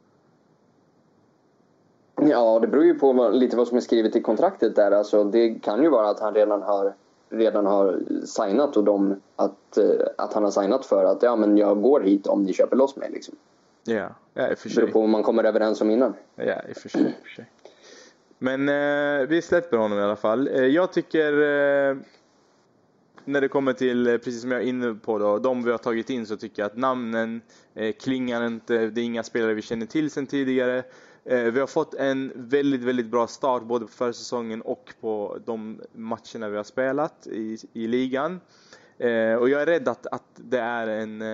Ja, det beror ju på lite vad som är skrivet i kontraktet där. Alltså, det kan ju vara att han redan har signat och att han har signat för att ja, men jag går hit om ni köper loss mig liksom. Ja, i och för sig. Det beror på om man kommer överens om innan. Ja, i och för sig. Men vi släpper honom i alla fall. Jag tycker när det kommer till, precis som jag är inne på då, de vi har tagit in, så tycker jag att namnen klingar inte. Det är inga spelare vi känner till sedan tidigare. Vi har fått en väldigt, väldigt bra start både på försäsongen och på de matcherna vi har spelat i ligan. Och jag är rädd att det är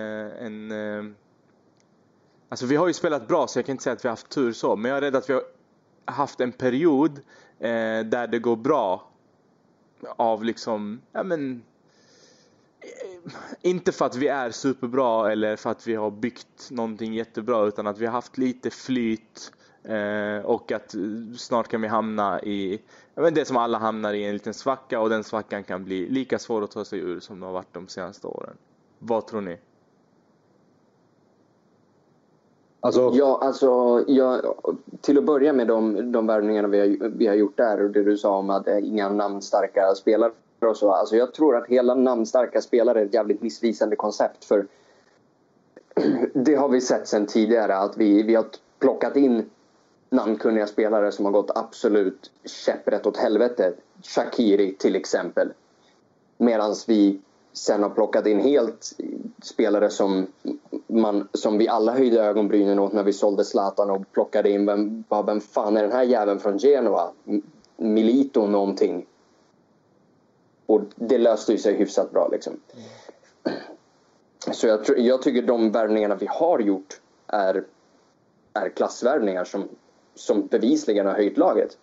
alltså vi har ju spelat bra så jag kan inte säga att vi har haft tur så. Men jag är rädd att vi har haft en period där det går bra av liksom, ja men, inte för att vi är superbra eller för att vi har byggt någonting jättebra, utan att vi har haft lite flyt. Och att snart kan vi hamna i det som alla hamnar i, en liten svacka. Och den svackan kan bli lika svår att ta sig ur som det har varit de senaste åren. Vad tror ni? Till att börja med de värvningarna vi har gjort där, och det du sa om att det är inga namnstarka spelare och så. Alltså jag tror att hela namnstarka spelare är ett jävligt missvisande koncept. För det har vi sett sedan tidigare, att vi har plockat in namnkunniga spelare som har gått absolut käpprätt åt helvete. Shaqiri till exempel. Medan vi sen har plockat in helt spelare som vi alla höjde ögonbrynen åt när vi sålde Zlatan och plockade in vem fan är den här jäveln från Genoa? Milito någonting. Och det löste ju sig hyfsat bra liksom. Så jag tycker de värvningarna vi har gjort är klassvärvningar som bevisligen har höjt laget.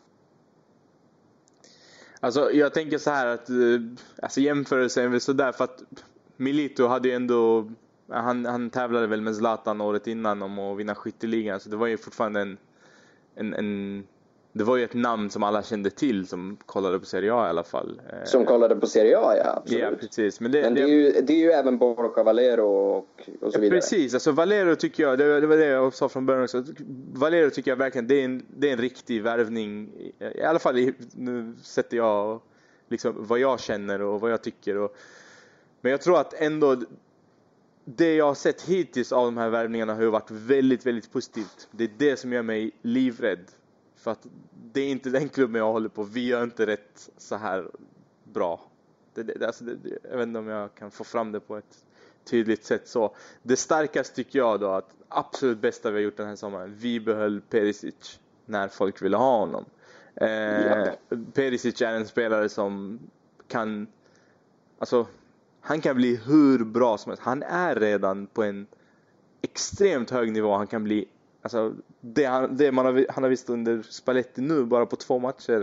Alltså jag tänker så här att alltså jämförelsen är väl sådär, för att Milito hade ju ändå, han tävlade väl med Zlatan året innan om att vinna skytteligan, så det var ju fortfarande det var ju ett namn som alla kände till som kollade på Serie A i alla fall. Som kollade på Serie A, ja, absolut. Ja, precis. Men det är ju även Borja Valero och så vidare. Precis, alltså Valero tycker jag, det var det jag sa från början också. Valero tycker jag verkligen, det är en riktig värvning. I alla fall nu sätter jag liksom vad jag känner och vad jag tycker. Men jag tror att ändå det jag har sett hittills av de här värvningarna har ju varit väldigt, väldigt positivt. Det är det som gör mig livrädd. För att det är inte den klubben jag håller på. Vi gör inte rätt så här bra. Jag vet inte om jag kan få fram det på ett tydligt sätt. Så det starkaste tycker jag då, att absolut bästa vi har gjort den här sommaren. Vi behöll Perisic när folk ville ha honom. Perisic är en spelare som kan, alltså han kan bli hur bra som helst. Han är redan på en extremt hög nivå. Han kan bli, alltså han har visst under Spalletti nu bara på 2 matcher,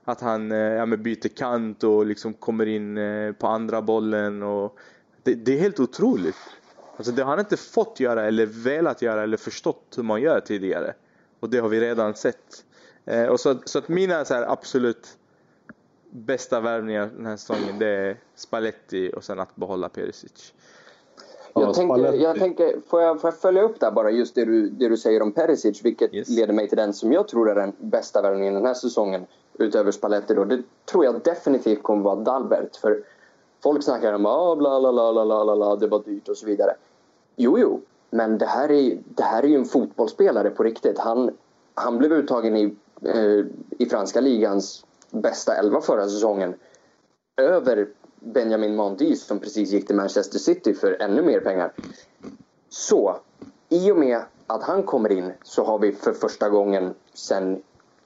att han byter kant och liksom kommer in på andra bollen. Och det är helt otroligt. Alltså det har han inte fått göra eller velat göra eller förstått hur man gör tidigare. Och det har vi redan sett. Och så att mina så här absolut bästa värvningar den här säsongen, det är Spalletti och sen att behålla Perisic. Jag tänker, får jag följa upp där bara just det du säger om Perisic, vilket leder mig till den som jag tror är den bästa värvningen den här säsongen utöver Spalletti då. Det tror jag definitivt kommer vara Dalbert, för folk snackar om bla bla bla bla, det var dyrt och så vidare. Jo, men det här är ju en fotbollsspelare på riktigt. Han blev uttagen i franska ligans bästa 11 förra säsongen över Benjamin Mendy som precis gick till Manchester City för ännu mer pengar. Så i och med att han kommer in så har vi för första gången sen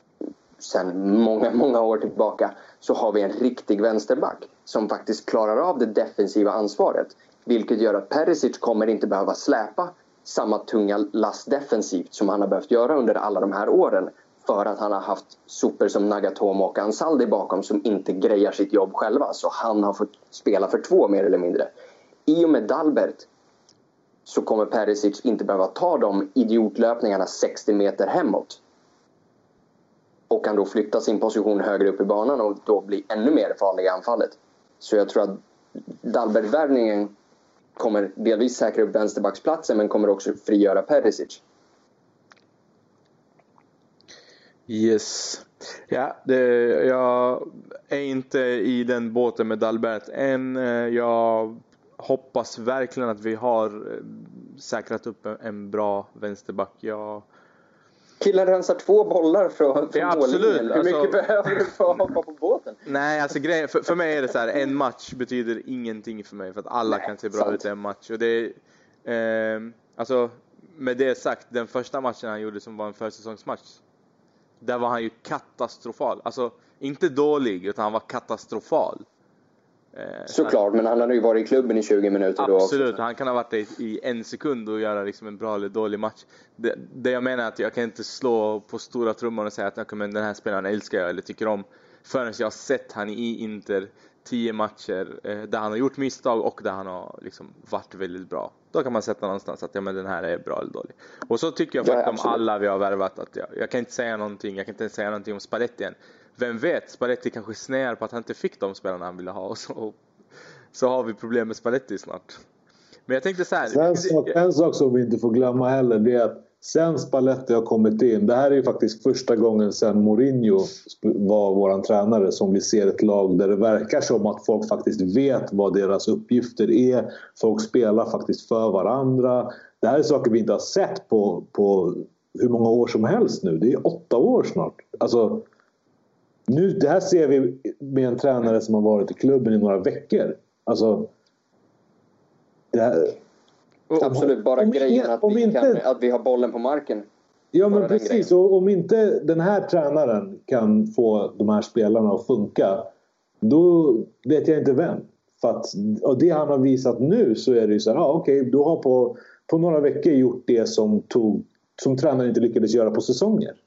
många år tillbaka så har vi en riktig vänsterback som faktiskt klarar av det defensiva ansvaret, vilket gör att Perisic kommer inte behöva släpa samma tunga last defensivt som han har behövt göra under alla de här åren, för att han har haft super som Nagatomo och Ansaldi bakom som inte grejar sitt jobb själva, så han har fått spela för 2 mer eller mindre. I och med Dalbert så kommer Perisic inte behöva ta de idiotlöpningarna 60 meter hemåt och kan då flytta sin position högre upp i banan och då bli ännu mer farlig i anfallet. Så jag tror att Dalbert-värvningen kommer delvis säkra upp vänsterbacksplatsen, men kommer också frigöra Perisic. Yes. Ja, jag är inte i den båten med Dalbert än. Jag hoppas verkligen att vi har säkrat upp en bra vänsterback. Killen rensar 2 bollar från mållinjen. Hur mycket behöver du för att hoppa på båten? Nej, alltså grejen, för mig är det så här, en match betyder ingenting för mig, för att alla kan se bra ut i en match. Och det alltså med det sagt, den första matchen han gjorde som var en försäsongsmatch, där var han ju katastrofal. Alltså inte dålig, utan han var katastrofal. Såklart, men han hade ju varit i klubben i 20 minuter absolut, då också. Absolut, han kan ha varit i 1 sekund och göra liksom en bra eller dålig match. Det jag menar är att jag kan inte slå på stora trummor och säga att men den här spelaren älskar jag eller tycker om, förrän jag har sett han i Inter 10 matcher där han har gjort misstag och där han har liksom varit väldigt bra. Då kan man sätta någonstans att men den här är bra eller dålig. Och så tycker jag faktiskt om alla vi har värvat, att jag kan inte säga någonting. Jag kan inte säga någonting om Spalletti än. Vem vet, Spalletti kanske snäar på att han inte fick de spelarna han ville ha, och så har vi problem med Spalletti snart. Men jag tänkte så här, en sak som vi inte får glömma heller, det är att sen Spalletti har kommit in, det här är ju faktiskt första gången sen Mourinho var våran tränare som vi ser ett lag där det verkar som att folk faktiskt vet vad deras uppgifter är. Folk spelar faktiskt för varandra. Det här är saker vi inte har sett på hur många år som helst nu. Det är 8 år snart. Alltså, nu, det här ser vi med en tränare som har varit i klubben i några veckor. Alltså, det här, absolut, bara grejen att vi har bollen på marken. Ja, men precis. Och om inte den här tränaren kan få de här spelarna att funka, då vet jag inte vem. För att och det han har visat nu, så är det ju så här, okej, du har på några veckor gjort det som tränaren inte lyckades göra på säsonger.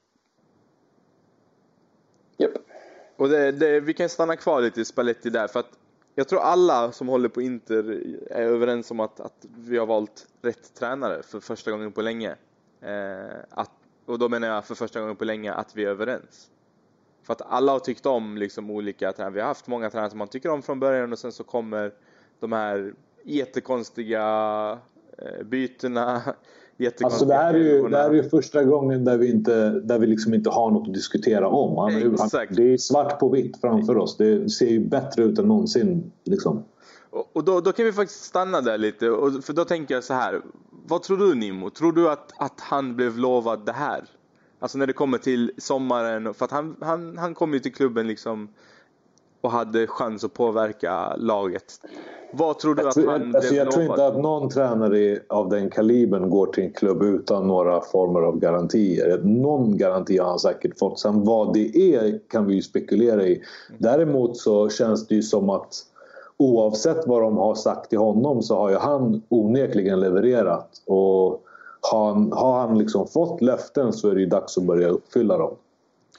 Japp. Och vi kan stanna kvar lite i Spalletti där, för att jag tror alla som håller på Inter är överens om att vi har valt rätt tränare för första gången på länge. Och då menar jag för första gången på länge att vi är överens. För att alla har tyckt om liksom olika tränare. Vi har haft många tränare som man tycker om från början, och sen så kommer de här jättekonstiga bytena. Alltså det här är ju första gången där vi liksom inte har något att diskutera om. Det är svart på vitt framför oss. Det ser ju bättre ut än någonsin liksom. Och då kan vi faktiskt stanna där lite, för då tänker jag så här: vad tror du, Nimo? Tror du att han blev lovad det här? Alltså när det kommer till sommaren, för att han kom ju till klubben liksom och hade chans att påverka laget. Vad tror du att han blev lovad? Jag tror inte att någon tränare av den kalibern går till en klubb utan några former av garantier. Någon garanti har han säkert fått. Sen vad det är kan vi ju spekulera i. Däremot så känns det ju som att oavsett vad de har sagt till honom, så har ju han onekligen levererat. Och har han liksom fått löften, så är det ju dags att börja uppfylla dem.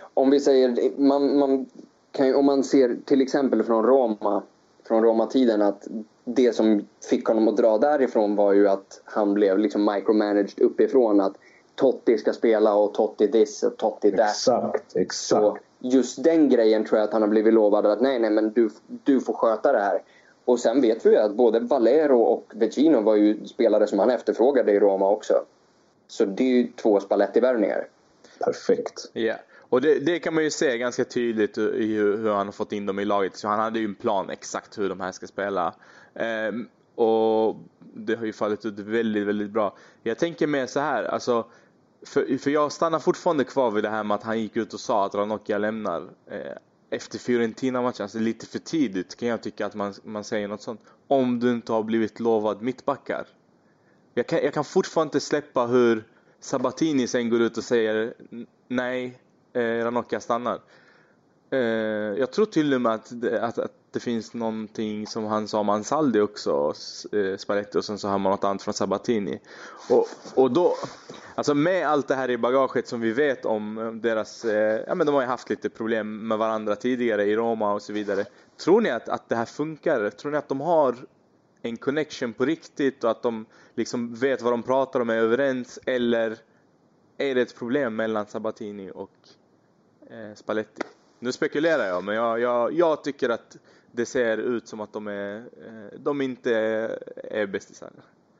om vi säger, man kan, om man ser till exempel från Roma-tiden, att det som fick honom att dra därifrån var ju att han blev liksom micromanaged uppifrån, att Totti ska spela och Totti this och Totti that. Exakt. Så just den grejen tror jag att han har blivit lovad, att nej men du får sköta det här. Och sen vet vi ju att både Valero och Vecino var ju spelare som han efterfrågade i Roma också. Så det är ju 2 Spalletti-värvningar. Perfekt. Ja, och det kan man ju se ganska tydligt i hur han har fått in dem i laget. Så han hade ju en plan exakt hur de här ska spela. Och det har ju fallit ut väldigt, väldigt bra. Jag tänker mer så här, alltså, för jag stannar fortfarande kvar vid det här med att han gick ut och sa att Ranocchia lämnar efter Fiorentina-matchen. Alltså lite för tidigt kan jag tycka att man säger något sånt. Om du inte har blivit lovad mittbackar. Jag kan fortfarande inte släppa hur Sabatini sen går ut och säger nej, Ranocchia stannar. Jag tror till och med att det finns någonting som han sa om Ansaldi också, Spalletti, och sen så har man något annat från Sabatini. Och då, alltså med allt det här i bagaget som vi vet om deras, men de har ju haft lite problem med varandra tidigare i Roma och så vidare. Tror ni att det här funkar? Tror ni att de har en connection på riktigt och att de liksom vet vad de pratar om, är överens, eller är det ett problem mellan Sabatini och Spalletti? Nu spekulerar jag, men jag tycker att det ser ut som att de inte är bästisar.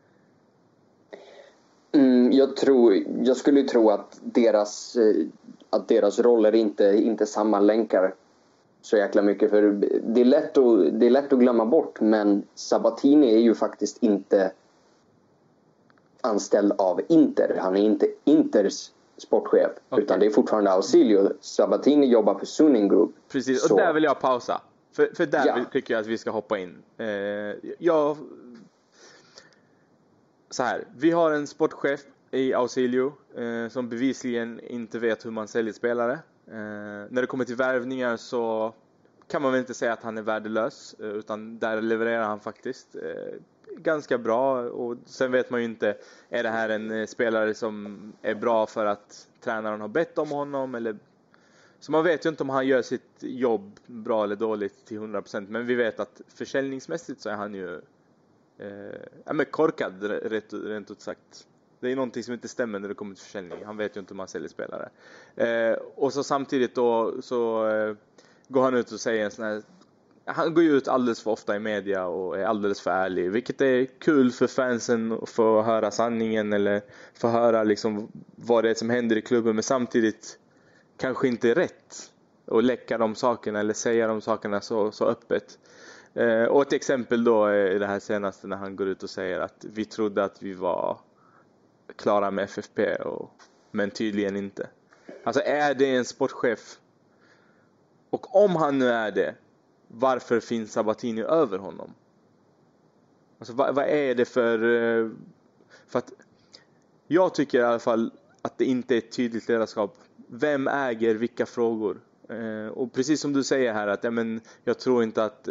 Jag skulle tro att deras roller inte sammanlänkar så jäkla mycket, för det är lätt att glömma bort, men Sabatini är ju faktiskt inte anställd av Inter. Han är inte Inters sportchef, utan det är fortfarande Ausilio. Sabatini jobbar för Suning Group. Precis, och där vill jag pausa. För där tycker jag att vi ska hoppa in. Så här, vi har en sportchef i Ausilio som bevisligen inte vet hur man säljer spelare. När det kommer till värvningar så kan man väl inte säga att han är värdelös, utan där levererar han faktiskt ganska bra. Och sen vet man ju inte, är det här en spelare som är bra för att tränaren har bett om honom, eller så man vet ju inte om han gör sitt jobb bra eller dåligt till 100%, men vi vet att försäljningsmässigt så är han ju korkad, rent ut sagt. Det är någonting som inte stämmer när det kommer till försäljning. Han vet ju inte hur man säljer spelare. Och så samtidigt då så går han ut och säger en sån här, han går ju ut alldeles för ofta i media och är alldeles för ärlig, vilket är kul för fansen att få höra sanningen eller få höra liksom vad det är som händer i klubben, men samtidigt kanske inte är rätt att läcka de sakerna eller säga de sakerna så öppet. Och ett exempel då är det här senaste när han går ut och säger att vi trodde att vi var klara med FFP, men tydligen inte. Alltså, är det en sportchef? Och om han nu är det, varför finns Sabatini över honom? Alltså, vad är det för att jag tycker i alla fall att det inte är ett tydligt ledarskap. Vem äger vilka frågor? Och precis som du säger här, att jag tror inte att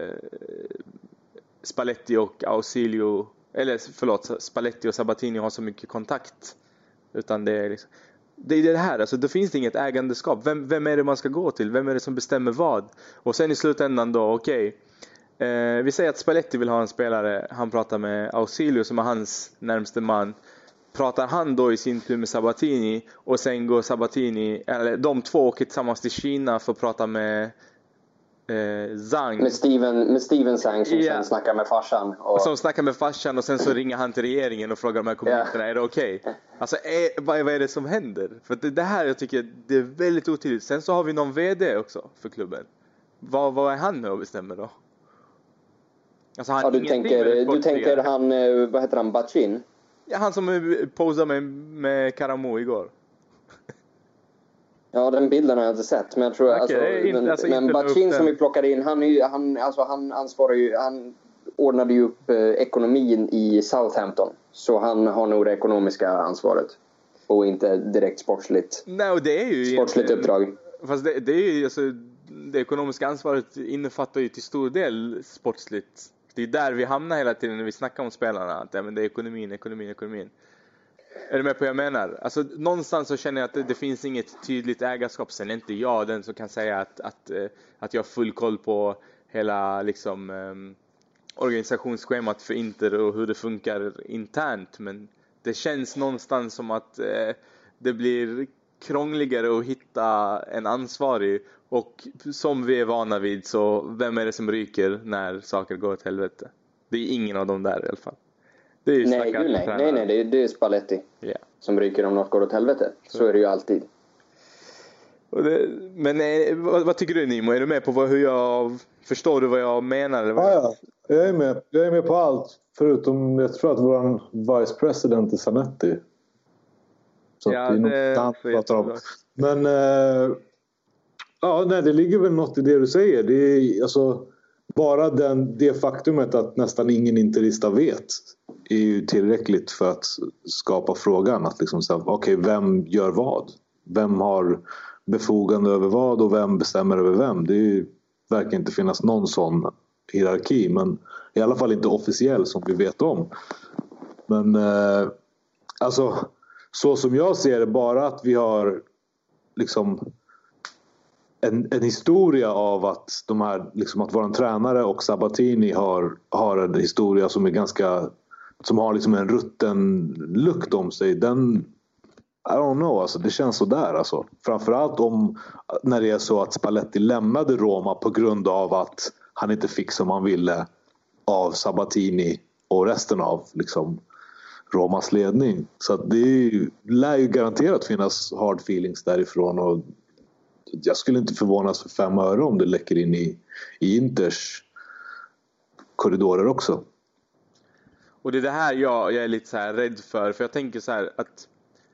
Spalletti och Ausilio, Spalletti och Sabatini har så mycket kontakt, utan det är liksom, det är det här, alltså det finns inget ägandeskap. Vem är det man ska gå till? Vem är det som bestämmer vad? Och sen i slutändan då, vi säger att Spalletti vill ha en spelare, han pratar med Ausilio som är hans närmaste man. Pratar han då i sin tur med Sabatini, och sen går Sabatini, eller de två åker tillsammans till Kina för att prata med Zhang. Med Steven Zhang som sen snackar med farsan. Som snackar med farsan, och sen så ringer han till regeringen och frågar de här kommunerna, är det okej? Alltså, vad är det som händer? För det här, jag tycker, det är väldigt otydligt. Sen så har vi någon vd också för klubben. Vad är han nu och bestämmer då? Alltså, du tänker han, vad heter han, Bachin? Ja, han som posade med Karamo igår. Ja, den bilden har jag inte sett, men jag tror men Bachin som vi plockade in, han ansvarar ju, han ordnade ju upp ekonomin i Southampton, så han har nog det ekonomiska ansvaret och inte direkt sportsligt. Nej, det är ju sportsligt uppdrag. Fast det är ju, alltså, det ekonomiska ansvaret innefattar ju till stor del sportsligt. Det är där vi hamnar hela tiden när vi snackar om spelarna, att det är ekonomin. Är du med på vad jag menar? Alltså, någonstans så känner jag att det finns inget tydligt ägarskap. Sen är inte jag den som kan säga att jag har full koll på hela liksom, organisationsschemat för Inter och hur det funkar internt. Men det känns någonstans som att det blir krångligare att hitta en ansvarig. Och som vi är vana vid, så vem är det som ryker när saker går åt helvete? Det är ingen av dem där i alla fall. Det är ju nej, det är Spalletti som ryker om något går åt helvete. Så är det ju alltid. Men vad tycker du, Nimo? Är du med på hur jag... Förstår du vad jag menar? Eller vad? Ja, jag är med. Jag är med på allt. Förutom, jag tror att vår vice president är Zanetti. Så ja, det är något pratar om. Men det ligger väl något i det du säger. Det är alltså bara det faktumet att nästan ingen interista vet är ju tillräckligt för att skapa frågan att liksom säga, okej, vem gör vad? Vem har befogande över vad och vem bestämmer över vem? Det verkar inte finnas någon sån hierarki, men i alla fall inte officiell som vi vet om. Men alltså så som jag ser det, bara att vi har liksom en historia av att de här, liksom att våran tränare och Sabatini har en historia som är ganska, som har liksom en rutten lukt om sig. Den, I don't know, alltså det känns så där alltså. Framförallt när det är så att Spalletti lämnade Roma på grund av att han inte fick som han ville av Sabatini och resten av liksom Romas ledning. Så att det lär ju garanterat finnas hard feelings därifrån, och jag skulle inte förvånas för 5 öre om det läcker in i Inters korridorer också. Och det är det här jag är lite så här rädd för jag tänker så här att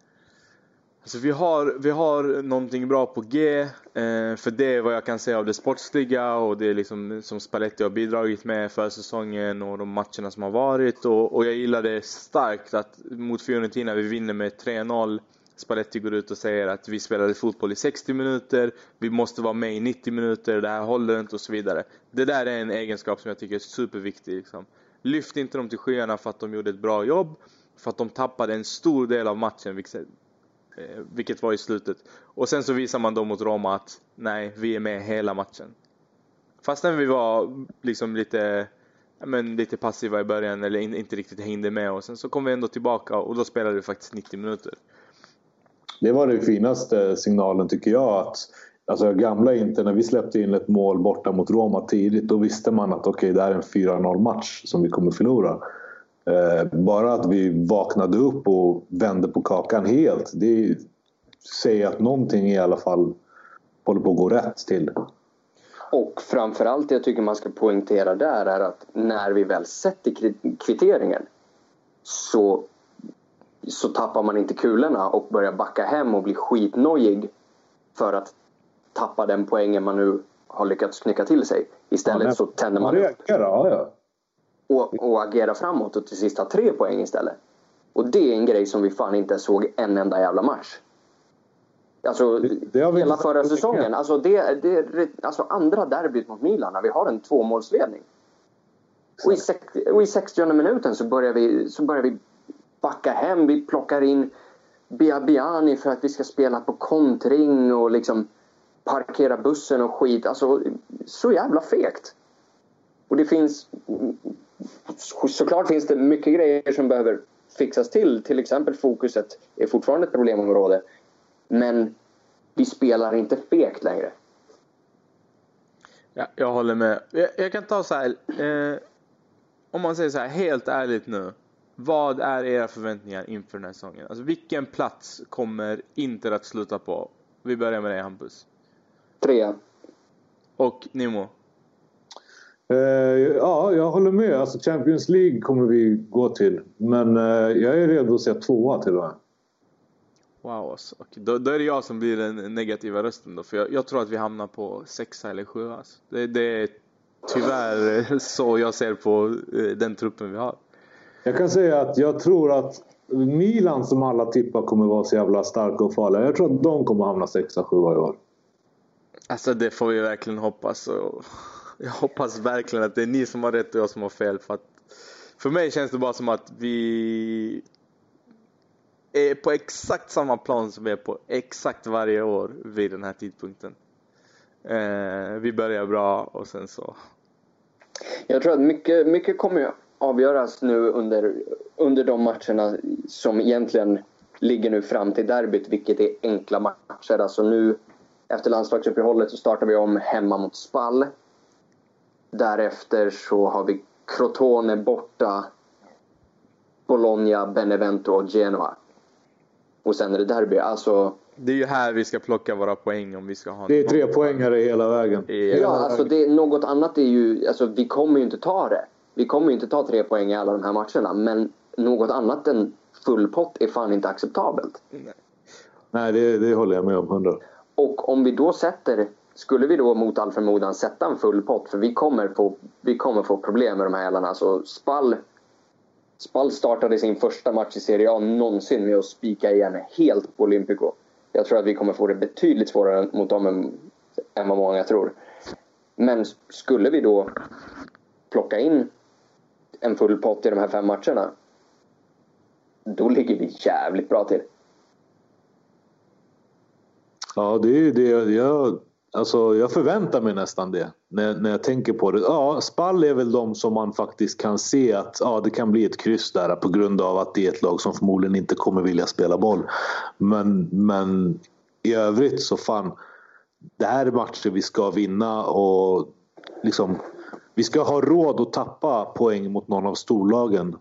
alltså vi har någonting bra på G, för det är vad jag kan säga av det sportsliga, och det är liksom som Spalletti har bidragit med för säsongen och de matcherna som har varit, och jag gillar det starkt att mot Fiorentina vi vinner med 3-0. Spalletti går ut och säger att vi spelade fotboll i 60 minuter, vi måste vara med i 90 minuter, det här håller inte och så vidare. Det där är en egenskap som jag tycker är superviktig liksom. Lyft inte dem till skyarna för att de gjorde ett bra jobb, för att de tappade en stor del av matchen, vilket var i slutet. Och sen så visar man då mot Roma att nej, vi är med hela matchen. Fastän vi var liksom lite passiva i början, eller inte riktigt hängde med, och sen så kom vi ändå tillbaka och då spelade vi faktiskt 90 minuter. Det var den finaste signalen tycker jag, att alltså gamla Inter, när vi släppte in ett mål borta mot Roma tidigt, då visste man att okej, det är en 4-0 match som vi kommer förlora. Bara att vi vaknade upp och vände på kakan helt, det säger att någonting i alla fall håller på att gå rätt till. Och framförallt jag tycker man ska poängtera där är att när vi väl sätter kvitteringen så tappar man inte kulorna och börjar backa hem och bli skitnojig för att tappa den poängen man nu har lyckats knycka till sig. Istället så tänder man upp och agerar framåt och till sist har 3 poäng istället. Och det är en grej som vi fan inte såg en enda jävla match. Alltså hela förra säsongen. Alltså alltså andra derbyt mot Milan när vi har en 2-målsledning. Och i 60:e minuten så börjar vi backa hem. Vi plockar in Biabiani för att vi ska spela på kontring och liksom parkera bussen och skit. Alltså så jävla fegt. Och det finns såklart finns det mycket grejer som behöver fixas till exempel fokuset är fortfarande ett problemområde, men vi spelar inte fegt längre. Ja, jag håller med. Jag kan ta så här, om man säger så här helt ärligt nu, vad är era förväntningar inför den här säsongen? Alltså vilken plats kommer Inter att sluta på? Vi börjar med dig, Hampus. 3. Och Nimo? Ja, jag håller med. Alltså Champions League kommer vi gå till. Men jag är redo att säga 2 till och med. Wow, alltså. Okay. Då är det jag som blir den negativa rösten då. För jag tror att vi hamnar på 6 eller 7. Alltså. Det är tyvärr så jag ser på den truppen vi har. Jag kan säga att jag tror att Milan, som alla tippar kommer vara så jävla starka och farliga, jag tror att de kommer hamna 6-7 i år. Alltså det får vi verkligen hoppas. Och jag hoppas verkligen att det är ni som har rätt och jag som har fel. För mig känns det bara som att vi är på exakt samma plan som vi är på exakt varje år vid den här tidpunkten. Vi börjar bra och sen så. Jag tror att mycket kommer avgöras nu under de matcherna som egentligen ligger nu fram till derbyt, vilket är enkla matcher. Alltså nu efter landslagsuppehållet så startar vi om hemma mot Spal. Därefter så har vi Crotone borta, Bologna, Benevento och Genoa. Och sen är det derby. Alltså, det är ju här vi ska plocka våra poäng om vi ska ha. Det är 3 poängare hela vägen. Alltså det, något annat är ju, alltså vi kommer ju inte ta det. Vi kommer ju inte ta 3 poäng i alla de här matcherna. Men något annat än full pott är fan inte acceptabelt. Nej, det håller jag med om 100. Och om vi då skulle vi då mot all förmodan sätta en full pott, för vi kommer få problem med de här jävlarna. Alltså Spal startade sin första match i Serie A någonsin med att spika igen helt på Olympico. Jag tror att vi kommer få det betydligt svårare mot dem än vad många tror. Men skulle vi då plocka in en full pott i de här 5 matcherna, då ligger vi jävligt bra till. Ja, det är ju det jag förväntar mig nästan det när jag tänker på det. Ja, Spal är väl de som man faktiskt kan se att det kan bli ett kryss där på grund av att det är ett lag som förmodligen inte kommer vilja spela boll. Men i övrigt så fan, det här är matcher vi ska vinna och liksom vi ska ha råd att tappa poäng mot någon av storlagen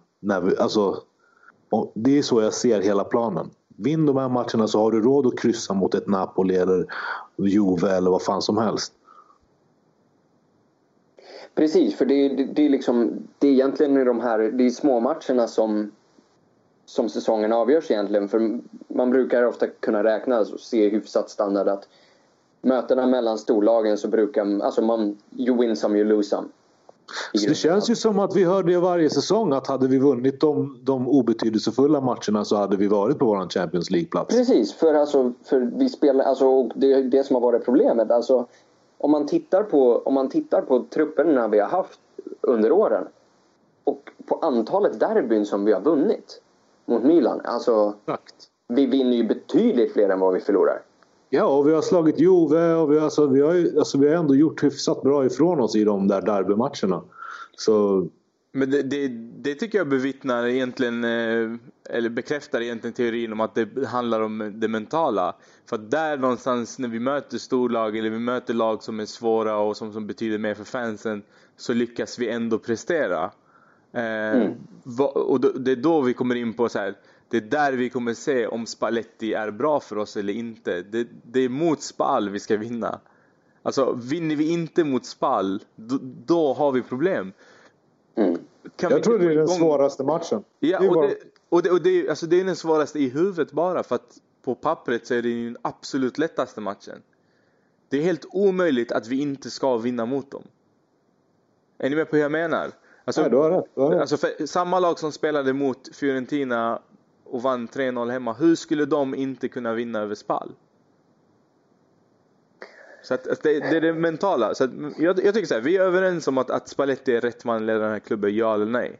det är så jag ser hela planen. Vinn de här matcherna så har du råd att kryssa mot ett Napoli eller Juve eller vad fan som helst. Precis, för det är egentligen det är små matcherna som säsongen avgörs egentligen. För man brukar ofta kunna räkna och se hyfsat standard att mötena mellan storlagen så brukar you win some, you lose some. Så det känns ju som att vi hör det varje säsong, att hade vi vunnit de obetydelsefulla matcherna så hade vi varit på våran Champions League-plats. Precis, för vi spelar, och det är det som har varit problemet. Alltså, om man tittar på trupperna vi har haft under åren och på antalet derbyn som vi har vunnit mot Milan, alltså vi vinner ju betydligt fler än vad vi förlorar. Ja, och vi har slagit Juve och vi har ändå gjort hyfsat bra ifrån oss i de där derbymatcherna. Så... Men det tycker jag bevittnar egentligen, eller bekräftar egentligen teorin om att det handlar om det mentala. För att där någonstans när vi möter storlag eller vi möter lag som är svåra och som betyder mer för fansen, så lyckas vi ändå prestera. Och det är då vi kommer in på så här. Det är där vi kommer se om Spalletti är bra för oss eller inte. Det är mot Spal vi ska vinna. Alltså vinner vi inte mot Spal, då har vi problem. Jag tror det är den svåraste matchen. Ja, det är den svåraste i huvudet bara. För att på pappret så är det ju den absolut lättaste matchen. Det är helt omöjligt att vi inte ska vinna mot dem. Är ni med på hur jag menar? Alltså, du har rätt. Alltså för samma lag som spelade mot Fiorentina och vann 3-0 hemma, hur skulle de inte kunna vinna över Spal? Så att det är det mentala. Så att jag tycker så här, vi är överens om att Spalletti är rätt man att leda den här klubben, ja eller nej?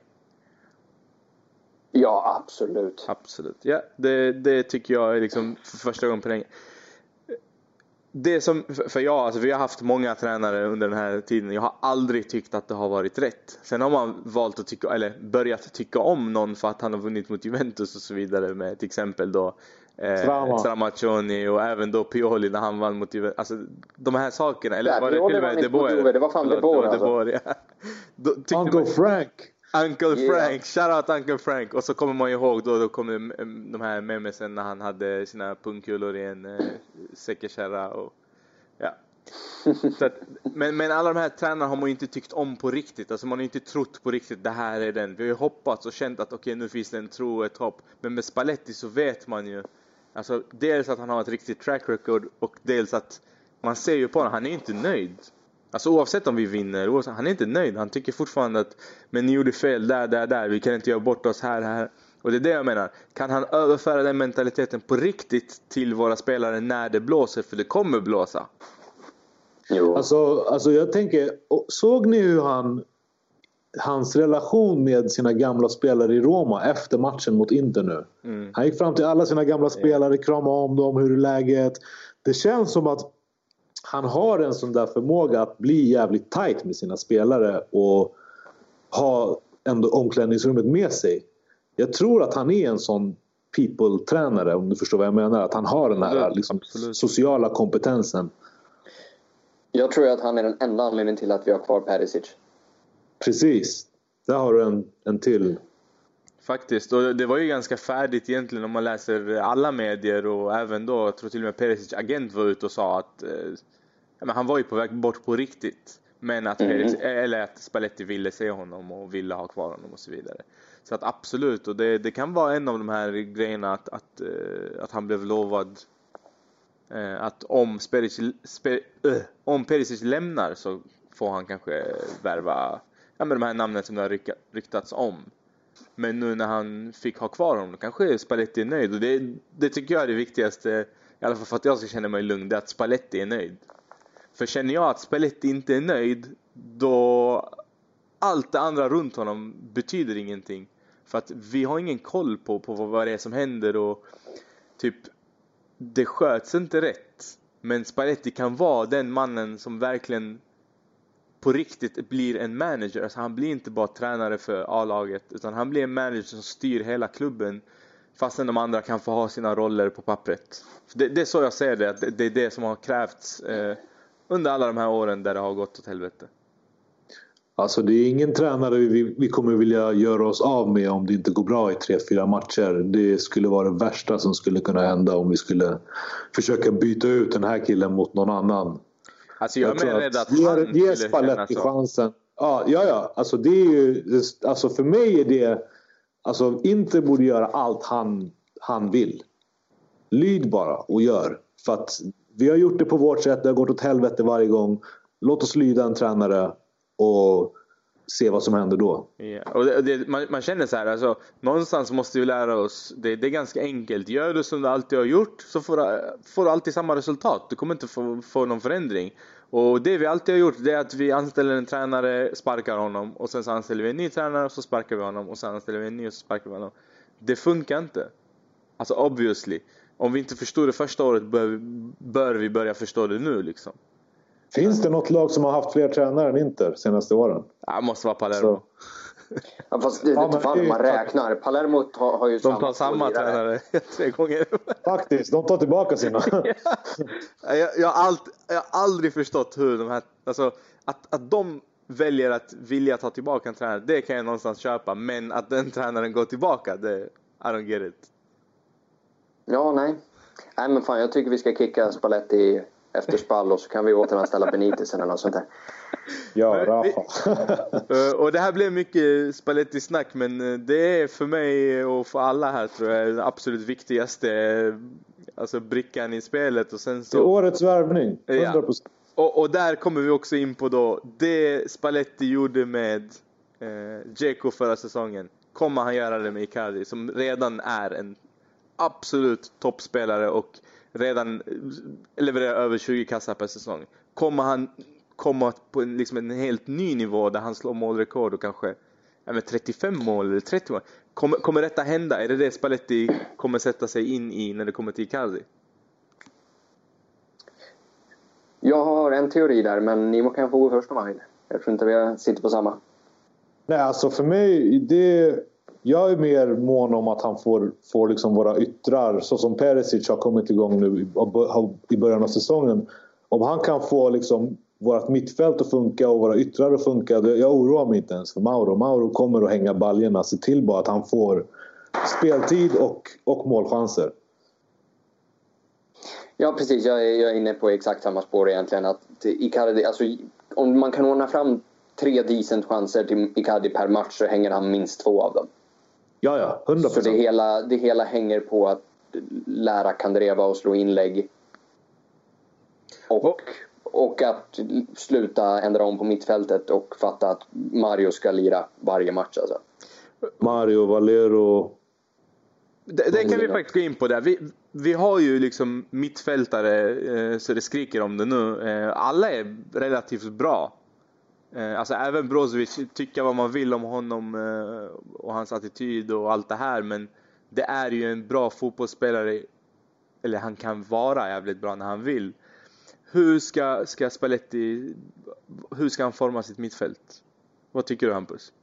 Ja, absolut. Absolut. Ja, det tycker jag är liksom för första gången på länge. Det som, vi har haft många tränare under den här tiden. Jag har aldrig tyckt att det har varit rätt. Sen har man valt att börjat tycka om någon för att han har vunnit mot Juventus och så vidare, med till exempel då Stramaccioni och även då Pioli när han vann mot Juventus. Alltså de här sakerna, eller var det till och med De Boer? Det var fan De Boer alltså. Uncle Frank. Uncle Frank, shoutout Uncle Frank. Och så kommer man ihåg då kom de här memesen när han hade sina pungkulor i en säkerkärra och ja. Så att, men alla de här tränarna har man ju inte tyckt om på riktigt. Alltså man har inte trott på riktigt, det här är den. Vi har ju hoppats och känt att okej, nu finns det en tro och ett hopp. Men med Spalletti så vet man ju, alltså dels att han har ett riktigt track record och dels att man ser ju på honom, han är inte nöjd. Alltså oavsett om vi vinner, han är inte nöjd. Han tycker fortfarande att men ni gjorde fel där, vi kan inte göra bort oss här. Och det är det jag menar. Kan han överföra den mentaliteten på riktigt till våra spelare när det blåser? För det kommer blåsa. Jo. Alltså jag tänker, såg ni hur han hans relation med sina gamla spelare i Roma efter matchen mot Inter nu. Han gick fram till alla sina gamla spelare, kramade om dem, hur är läget. Det känns som att han har en sån där förmåga att bli jävligt tight med sina spelare och ha ändå omklädningsrummet med sig. Jag tror att han är en sån people-tränare, om du förstår vad jag menar. Att han har den här liksom, sociala kompetensen. Jag tror att han är den enda anledningen till att vi har kvar Perisic. Precis. Där har du en till. Faktiskt, och det var ju ganska färdigt egentligen om man läser alla medier och även då, jag tror till och med Perisic agent var ute och sa att men han var ju på väg bort på riktigt. Men att eller att Spalletti ville se honom och ville ha kvar honom och så vidare. Så att absolut, och det kan vara en av de här grejerna att han blev lovad att om Perisic lämnar så får han kanske värva med de här namnen som det har ryktats om. Men nu när han fick ha kvar honom, kanske Spalletti är nöjd. Och det tycker jag är det viktigaste, i alla fall för att jag ska känna mig lugn, det är att Spalletti är nöjd. För känner jag att Spalletti inte är nöjd, då allt det andra runt honom betyder ingenting. För att vi har ingen koll på vad det är som händer och typ det sköts inte rätt. Men Spalletti kan vara den mannen som verkligen på riktigt blir en manager. Alltså han blir inte bara tränare för A-laget, utan han blir en manager som styr hela klubben, fastän de andra kan få ha sina roller på pappret. Det är så jag ser det, att det är det som har krävts under alla de här åren där det har gått åt helvete. Alltså det är ingen tränare vi kommer vilja göra oss av med om det inte går bra i 3-4 matcher. Det skulle vara det värsta som skulle kunna hända om vi skulle försöka byta ut den här killen mot någon annan. Alltså jag är mer rädd att han ge Spalletti chansen. Ja. Alltså det är ju, alltså för mig är det, alltså Inter borde göra allt han vill. Lyd bara och gör. För att vi har gjort det på vårt sätt, det har gått åt helvete varje gång. Låt oss lyda en tränare och se vad som händer då. Yeah. Och man känner så här, alltså, någonstans måste vi lära oss, det är ganska enkelt. Gör du som du alltid har gjort, så får du alltid samma resultat. Du kommer inte få någon förändring. Och det vi alltid har gjort, det är att vi anställer en tränare, sparkar honom, och sen så anställer vi en ny tränare och så sparkar vi honom, och sen anställer vi en ny och så sparkar vi honom. Det funkar inte. Alltså obviously. Om vi inte förstod det första året, bör vi börja förstå det nu liksom. Finns det något lag som har haft fler tränare än Inter senaste åren? Ja, måste vara Palermo. Ja, fast det är fan man räknar. Palermo har ju de tar samma tränare 3 gånger. Faktiskt, de tar tillbaka sina. Jag har aldrig förstått hur de här, alltså att de väljer att vilja ta tillbaka en tränare, det kan jag någonstans köpa, men att den tränaren går tillbaka, det I don't get it. Ja, nej men fan, jag tycker vi ska kicka Spalletti efter Spall och så kan vi återanställa Benitez eller något sånt där. Ja, Rafa. Och det här blev mycket Spalletti-snack, men det är för mig och för alla här, tror jag, den absolut viktigaste, alltså brickan i spelet. Och sen så, det är årets värvning, 100%. Ja. Och där kommer vi också in på då det Spalletti gjorde med Dzeko förra säsongen. Kommer han göra det med Icardi, som redan är en absolut toppspelare och redan levererar över 20 kassar per säsong. Kommer han komma på en helt ny nivå där han slår målrekord och kanske 35 mål eller 30 mål? Kommer detta hända? Är det Spalletti kommer sätta sig in i när det kommer till Icardi? Jag har en teori där, men ni kan få gå först om man vill. Jag tror inte vi sitter på samma. Nej, alltså för mig, jag är mer mån om att han får liksom våra yttrar, så som Perisic har kommit igång nu i början av säsongen. Om han kan få liksom vårt mittfält att funka och våra yttrar att funka, jag oroar mig inte ens för Mauro. Mauro kommer att hänga baljerna, se till bara att han får speltid och målchanser. Ja, precis. Jag är inne på exakt samma spår egentligen. Att Icardi, alltså, om man kan ordna fram 3 decent chanser till Icardi per match, så hänger han minst 2 av dem. Ja, 100%. Så det hela hänger på att lära Kandreva och slå inlägg. Och att sluta ändra om på mittfältet och fatta att Mario ska lira varje match. Alltså. Mario, Valero. Det kan vi faktiskt gå in på där. Vi har ju liksom mittfältare så det skriker om det nu. Alla är relativt bra. Alltså även Brozovic, tycka vad man vill om honom och hans attityd och allt det här, men det är ju en bra fotbollsspelare, eller han kan vara jävligt bra när han vill. Hur ska Spalletti, hur ska han forma sitt mittfält? Vad tycker du, Hampus?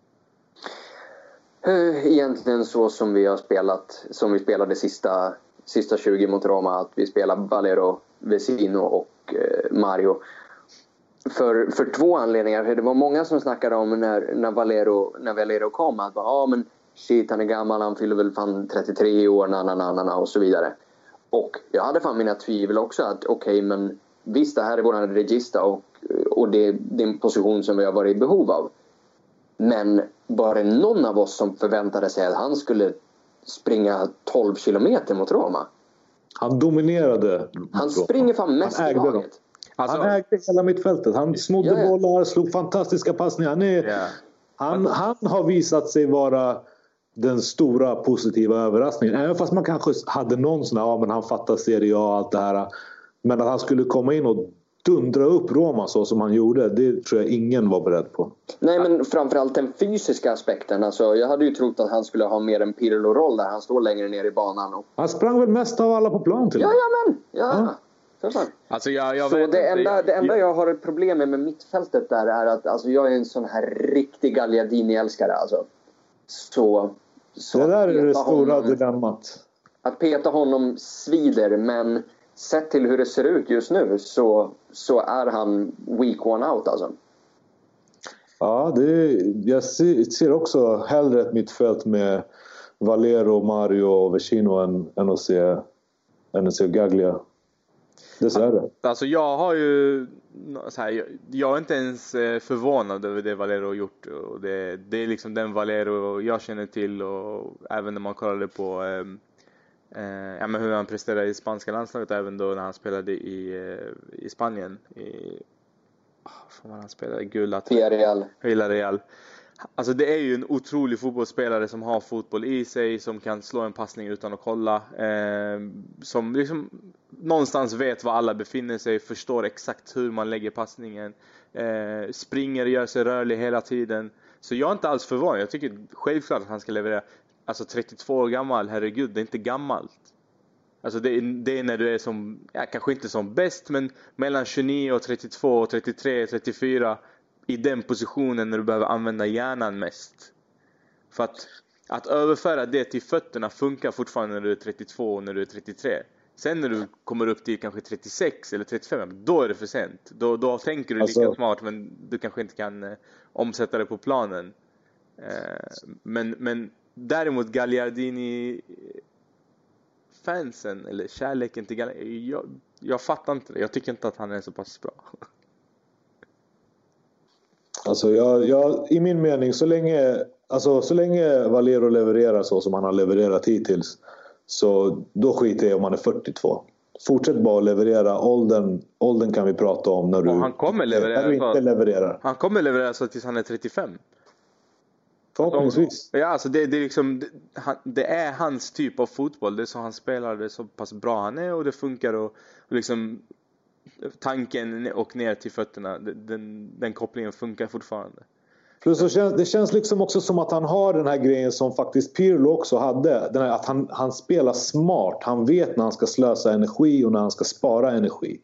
Egentligen så som vi har spelat, som vi spelade sista 20 mot Roma, att vi spelar Valero, Vecino och Mario. För två anledningar. Det var många som snackade om när Valero kom att men shit, han är gammal, han fyller väl fan 33 år, och så vidare. Och jag hade fan mina tvivel också att okej, men visst, det här är våran regista och det är en position som vi har varit i behov av. Men var det någon av oss som förväntade sig att han skulle springa 12 kilometer mot Roma? Han dominerade. Han springer fan mest i laget. Han ägde hela mittfältet. Han snodde bollar, slog fantastiska passningar. Han har visat sig vara den stora positiva överraskningen. Även fast man kanske hade någon sån här, men han fattar Serie A och allt det här. Men att han skulle komma in och dundra upp Roma så som han gjorde, det tror jag ingen var beredd på. Nej, men framförallt den fysiska aspekten. Alltså, jag hade ju trott att han skulle ha mer en Pirlo-roll där han står längre ner i banan. Han sprang väl mest av alla på plan till. Ja. Alltså jag så vet det enda jag har ett problem med mittfältet där är att alltså, jag är en sån här riktig Gagliardini-älskare. Alltså. Så det där är det stora dilemmat. Att peta honom svider, men sett till hur det ser ut just nu så är han week one out alltså. Ja, jag ser också hellre ett mittfält med Valero, Mario och Vecino än att se Gaglia. Dessvärre. Alltså jag har ju jag är inte ens förvånad över det Valero har gjort, och det är liksom den Valero jag känner till, och även när man kollade på men hur han presterade i spanska landslaget, även då när han spelade i Spanien han spelade Villarreal. Alltså det är ju en otrolig fotbollsspelare som har fotboll i sig, som kan slå en passning utan att kolla, som liksom någonstans vet var alla befinner sig, förstår exakt hur man lägger passningen, springer och gör sig rörlig hela tiden. Så jag är inte alls förvånad. Jag tycker självklart att han ska leverera. Alltså 32 år gammal, herregud, det är inte gammalt. Alltså det är när du är som, kanske inte som bäst, men mellan 29 och 32, 33, 34, i den positionen när du behöver använda hjärnan mest. För att överföra det till fötterna funkar fortfarande när du är 32 och när du är 33. Sen när du kommer upp till kanske 36 eller 35, då är det för sent. Då tänker du lika smart, men du kanske inte kan omsätta det på planen. Men däremot Gagliardini fansen, eller kärleken till Gagliardini, jag fattar inte det. Jag tycker inte att han är så pass bra. Alltså jag i min mening, så länge Valero levererar så som han har levererat hittills, så då skiter jag om han är 42. Fortsätt bara att leverera. Åldern kan vi prata om när du han kommer levererar. Han kommer leverera så tills han är 35. Förhoppningsvis. Ja, alltså det är liksom det är hans typ av fotboll. Det är så han spelar, det är så pass bra han är, och det funkar, och liksom tanken och ner till fötterna, den kopplingen funkar fortfarande. Plus så det känns liksom också som att han har den här grejen som faktiskt Pirlo också hade, den här, att han spelar smart. Han vet när han ska slösa energi och när han ska spara energi.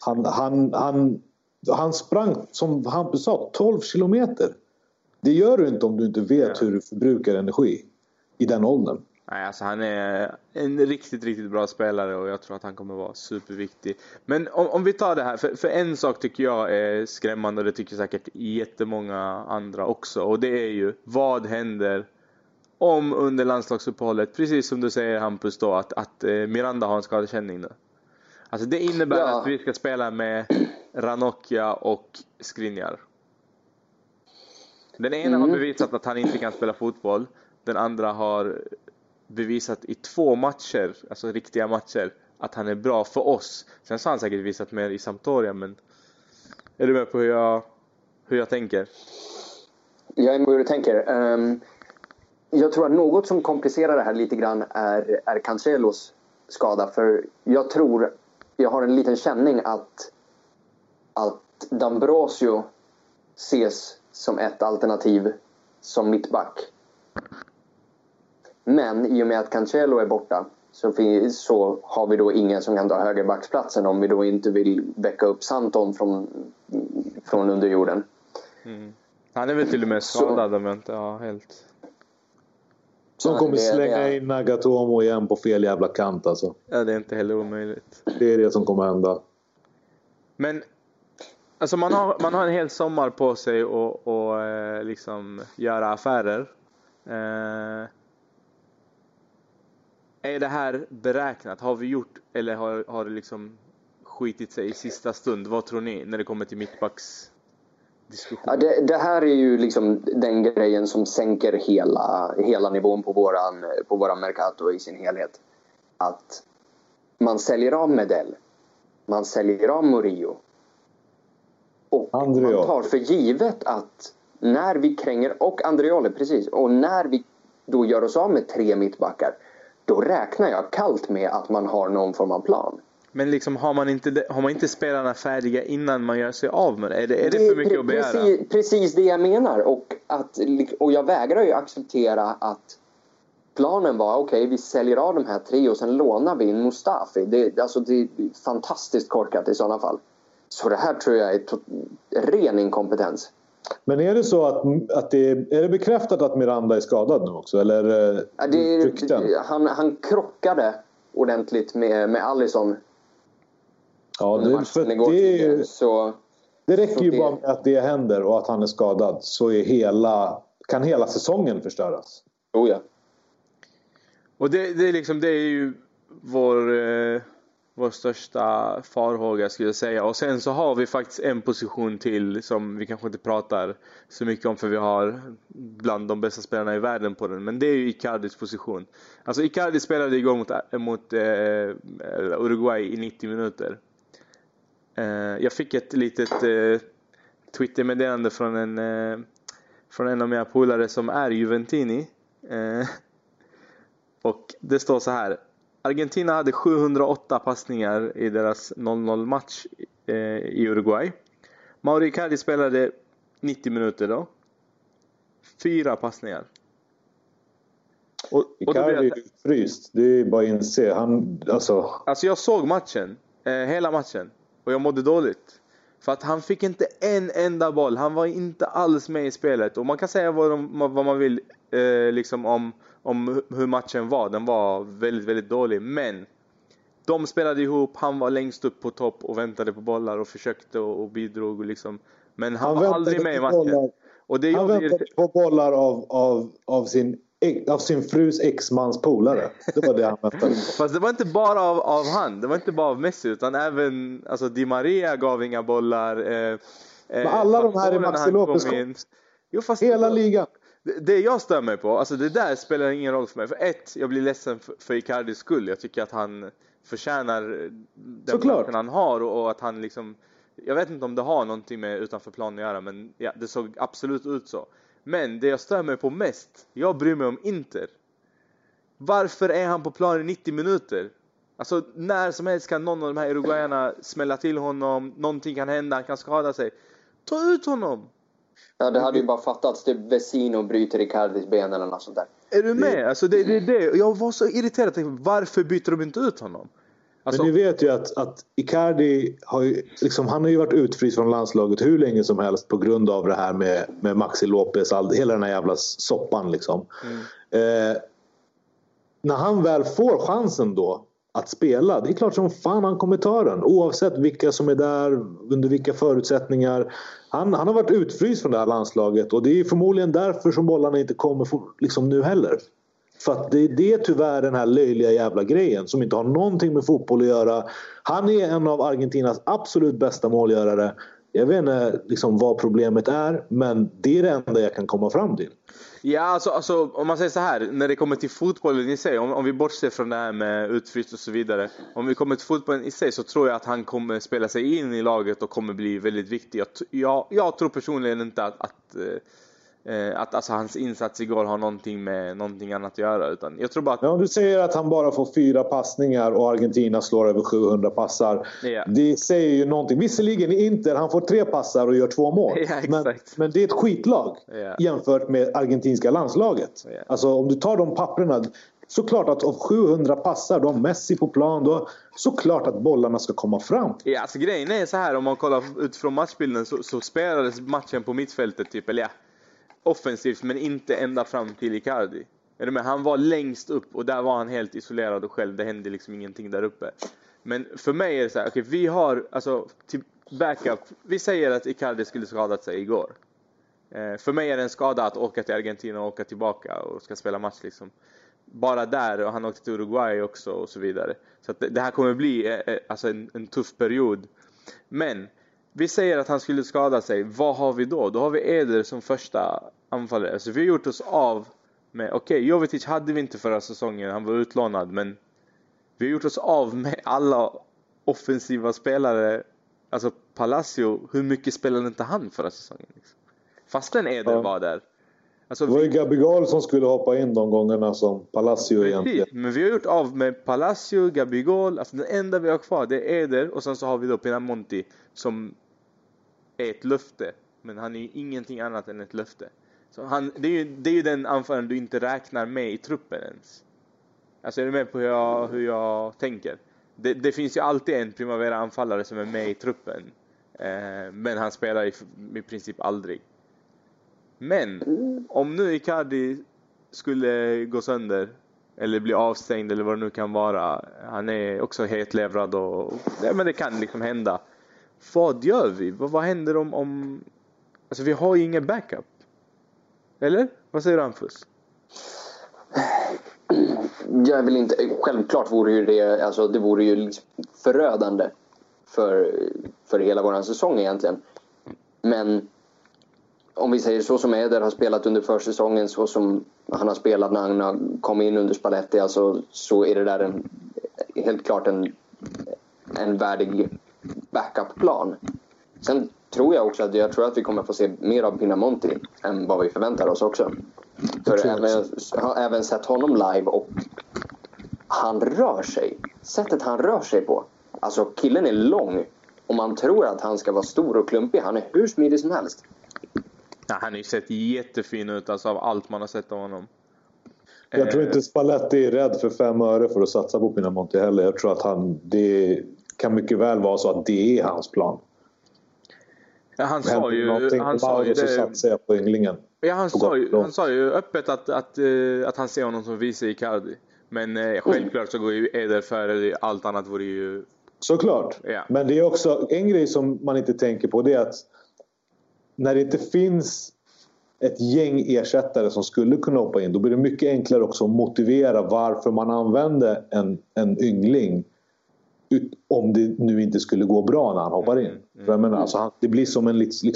Han sprang, som han sa, 12 kilometer. Det gör du inte om du inte vet hur du förbrukar energi i den åldern. Nej, alltså han är en riktigt, riktigt bra spelare, och jag tror att han kommer vara superviktig. Men om vi tar det här, för en sak tycker jag är skrämmande, och det tycker säkert jättemånga andra också. Och det är ju, vad händer om under landslagsuppehållet, precis som du säger Hampus då, att Miranda har en skadekänning nu. Alltså det innebär att vi ska spela med Ranocchia och Skriniar. Den ena har bevisat att han inte kan spela fotboll. Den andra har bevisat i 2 matcher, alltså riktiga matcher, att han är bra för oss. Sen så har han säkert visat mer i Sampdoria, men är du med på hur jag tänker? Jag är med på hur du tänker. Jag tror att något som komplicerar det här lite grann är Cancelos skada. För jag har en liten känning att D'Ambrosio ses som ett alternativ som mittback. Men i och med att Cancelo är borta så har vi då ingen som kan ta högerbacksplatsen om vi då inte vill väcka upp Santon från underjorden. Han är väl till och med skadad om jag inte har helt... Som kommer slänga in Nagatomo igen på fel jävla kant alltså. Ja, det är inte heller omöjligt. Det är det som kommer hända. Men alltså man har en hel sommar på sig och liksom göra affärer. Är det här beräknat? Har vi gjort eller har det liksom skitit sig i sista stund? Vad tror ni när det kommer till mittbacks diskussion? Ja, det här är ju liksom den grejen som sänker hela nivån på våran Mercato i sin helhet. Att man säljer av Medel, man säljer av Murillo och Andreoli. Man tar för givet att när vi kränger, och Andreoli precis, och när vi då gör oss av med 3 mittbackar, då räknar jag kallt med att man har någon form av plan. Men liksom har man inte spelarna färdiga innan man gör sig av med det? Är det för mycket att begära? Precis det jag menar. Och jag vägrar ju acceptera att planen var okej, vi säljer av de här 3 och sen lånar vi in Mustafi. Det är fantastiskt korkat i sådana fall. Så det här tror jag är ren inkompetens. Men är det så att är det bekräftat att Miranda är skadad nu också? Eller han krockade ordentligt med Alisson. Ja, det räcker ju bara med att det händer och att han är skadad, så kan hela säsongen förstöras. Oh ja. Och det är ju vår största farhåga skulle jag säga. Och sen så har vi faktiskt en position till som vi kanske inte pratar så mycket om, för vi har bland de bästa spelarna i världen på den. Men det är ju Icardis position. Alltså Icardi spelade igår mot Uruguay i 90 minuter. Jag fick ett litet Twitter-meddelande från en av mina polare som är Juventini. Och det står så här: Argentina hade 708 passningar i deras 0-0 match i Uruguay. Mauro Icardi spelade 90 minuter då. 4 passningar. Och Icardi är fryst. Det är bara att inse. Alltså jag såg matchen. Hela matchen. Och jag mådde dåligt. För att han fick inte en enda boll. Han var inte alls med i spelet. Och man kan säga vad man vill liksom om hur matchen var. Den var väldigt, väldigt dålig. Men de spelade ihop. Han var längst upp på topp och väntade på bollar och försökte och bidrog liksom. Men han var aldrig med i matchen. Och han väntade på bollar av sin frus ex-mans polare. Det var det han väntade på. Fast det var inte bara av han. Det var inte bara av Messi, utan även Di Maria gav inga bollar. Men alla de här är Maxi Lopez. Hela ligan. Det jag stör mig på, alltså det där spelar ingen roll för mig. För jag blir ledsen för Icardis skull. Jag tycker att han förtjänar den platsen han har och att han liksom, jag vet inte om det har någonting med utanför planen att göra, men ja, det såg absolut ut så. Men det jag stör mig på mest, jag bryr mig om Inter. Varför är han på planen i 90 minuter? Alltså när som helst kan någon av de här uruguayarna smälla till honom. Någonting kan hända, han kan skada sig. Ta ut honom. Ja, det hade ju bara fattats. Det Vecino bryter Icardis ben eller något sånt där. Är du med? Alltså det. Jag var så irriterad. Varför byter de inte ut honom? Alltså, men ni vet ju att Icardi har ju, liksom, han har ju varit utfryst från landslaget hur länge som helst på grund av det här med Maxi Lopez, hela den här jävla soppan liksom. När han väl får chansen då att spela, det är klart som fan han kommer ta den, oavsett vilka som är där, under vilka förutsättningar. Han har varit utfryst från det här landslaget, och det är förmodligen därför som bollarna inte kommer liksom nu heller. För att det är tyvärr den här löjliga jävla grejen som inte har någonting med fotboll att göra. Han är en av Argentinas absolut bästa målgörare. Jag vet inte liksom vad problemet är, men det är det enda jag kan komma fram till. Ja, alltså om man säger så här, när det kommer till fotbollen i sig, om vi bortser från det här med utfryst och så vidare, om vi kommer till fotbollen i sig, så tror jag att han kommer spela sig in i laget och kommer bli väldigt viktig. Jag tror personligen inte att alltså, hans insats igår har någonting med någonting annat att göra. Utan jag tror bara att... Men om du säger att han bara får 4 passningar och Argentina slår över 700 passar. Yeah. Det säger ju någonting. Visserligen i Inter, han får 3 passar och gör 2 mål. Yeah, men det är ett skitlag jämfört med argentinska landslaget. Yeah. Alltså om du tar de papperna, såklart att av 700 passar, de Messi på plan, då såklart att bollarna ska komma fram. Ja, alltså grejen är så här, om man kollar utifrån matchbilden så spelades matchen på mittfältet typ, eller offensivt, men inte ända fram till Icardi. Men han var längst upp och där var han helt isolerad och själv. Det hände liksom ingenting där uppe. Men för mig är det så här, okej, vi har alltså till backup. Vi säger att Icardi skulle skadat sig igår. För mig är det en skada att åka till Argentina och åka tillbaka och ska spela match liksom. Bara där, och han åkte till Uruguay också och så vidare. Så att det här kommer bli alltså en tuff period. Men vi säger att han skulle skada sig. Vad har vi då? Då har vi Eder som första anfallare. Så vi har gjort oss av med... Okej, Jovetic hade vi inte förra säsongen. Han var utlånad. Men vi har gjort oss av med alla offensiva spelare. Alltså Palacio. Hur mycket spelade inte han förra säsongen? Liksom? Fastän Eder var där. Alltså, det var ju Gabigol som skulle hoppa in de gångerna som Palacio egentligen. Men vi har gjort av med Palacio, Gabigol. Alltså den enda vi har kvar, det är Eder. Och sen så har vi då Pinamonti som är ett löfte. Men han är ju ingenting annat än ett löfte. Så det är ju den anfallaren du inte räknar med i truppen ens. Alltså är du med på hur jag tänker? Det finns ju alltid en Primavera-anfallare som är med i truppen. Men han spelar i princip aldrig. Men om nu Icardi skulle gå sönder eller bli avstängd eller vad det nu kan vara. Han är också hetlevrad och men det kan liksom hända. Vad gör vi? Vad händer om... Alltså vi har ju ingen backup. Eller? Vad säger du, Anfus? Jag vill inte... Självklart vore ju det... Alltså det vore ju liksom förödande för hela våran säsong egentligen. Men om vi säger så som Eder har spelat under försäsongen, så som han har spelat när han har kommit in under Spalletti, alltså, så är det där helt klart en värdig backup-plan. Sen tror jag också att vi kommer få se mer av Pinamonti än vad vi förväntar oss också. För jag har även sett honom live och han rör sig. Sättet han rör sig på. Alltså killen är lång och man tror att han ska vara stor och klumpig. Han är hur smidig som helst. Ja, han har ju sett jättefin ut alltså, av allt man har sett av honom. Jag tror inte Spalletti är rädd för 5 öre för att satsa på Pinamonti heller. Jag tror att det kan mycket väl vara så att det är hans plan. Ja, han sa ju det på ynglingen. Ja, han sa ju öppet att han ser honom som vice Icardi. Men självklart så går ju Eder före, allt annat vore ju... Såklart. Ja. Men det är också en grej som man inte tänker på, det är att när det inte finns ett gäng ersättare som skulle kunna hoppa in, då blir det mycket enklare också att motivera varför man använder en yngling om det nu inte skulle gå bra när han hoppar in. För jag menar, alltså, det blir som en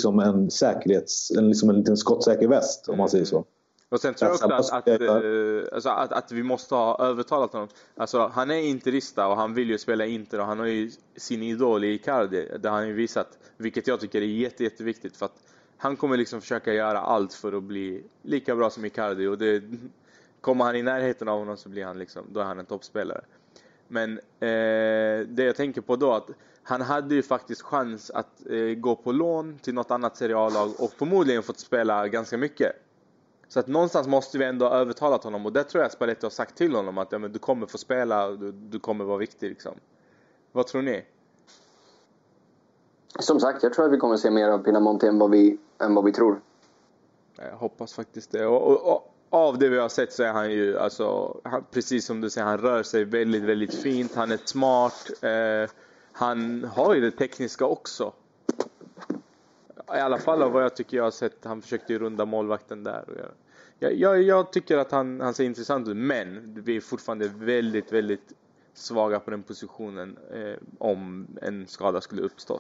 liten skottsäker väst, om man säger så. Och sen tror jag också att vi måste ha övertalat honom. Alltså, han är interista och han vill ju spela Inter och han har ju sin idol i Icardi. Det har han ju visat, vilket jag tycker är jätteviktigt, för att han kommer liksom försöka göra allt för att bli lika bra som Icardi, och kommer han i närheten av honom så blir han liksom, då är han en toppspelare. Men det jag tänker på då, att han hade ju faktiskt chans att gå på lån till något annat seriallag och förmodligen fått spela ganska mycket. Så att någonstans måste vi ändå ha övertalat honom, och det tror jag Spalletti har sagt till honom att men du kommer få spela, du kommer vara viktig liksom. Vad tror ni? Som sagt, jag tror att vi kommer se mer av Pinamonti än vad vi tror. Jag hoppas faktiskt det. Och av det vi har sett så är han ju, alltså, precis som du säger, han rör sig väldigt, väldigt fint. Han är smart. Han har ju det tekniska också. I alla fall av vad jag tycker jag har sett. Han försökte ju runda målvakten där. Jag tycker att han ser intressant ut. Men vi är fortfarande väldigt, väldigt svaga på den positionen om en skada skulle uppstå.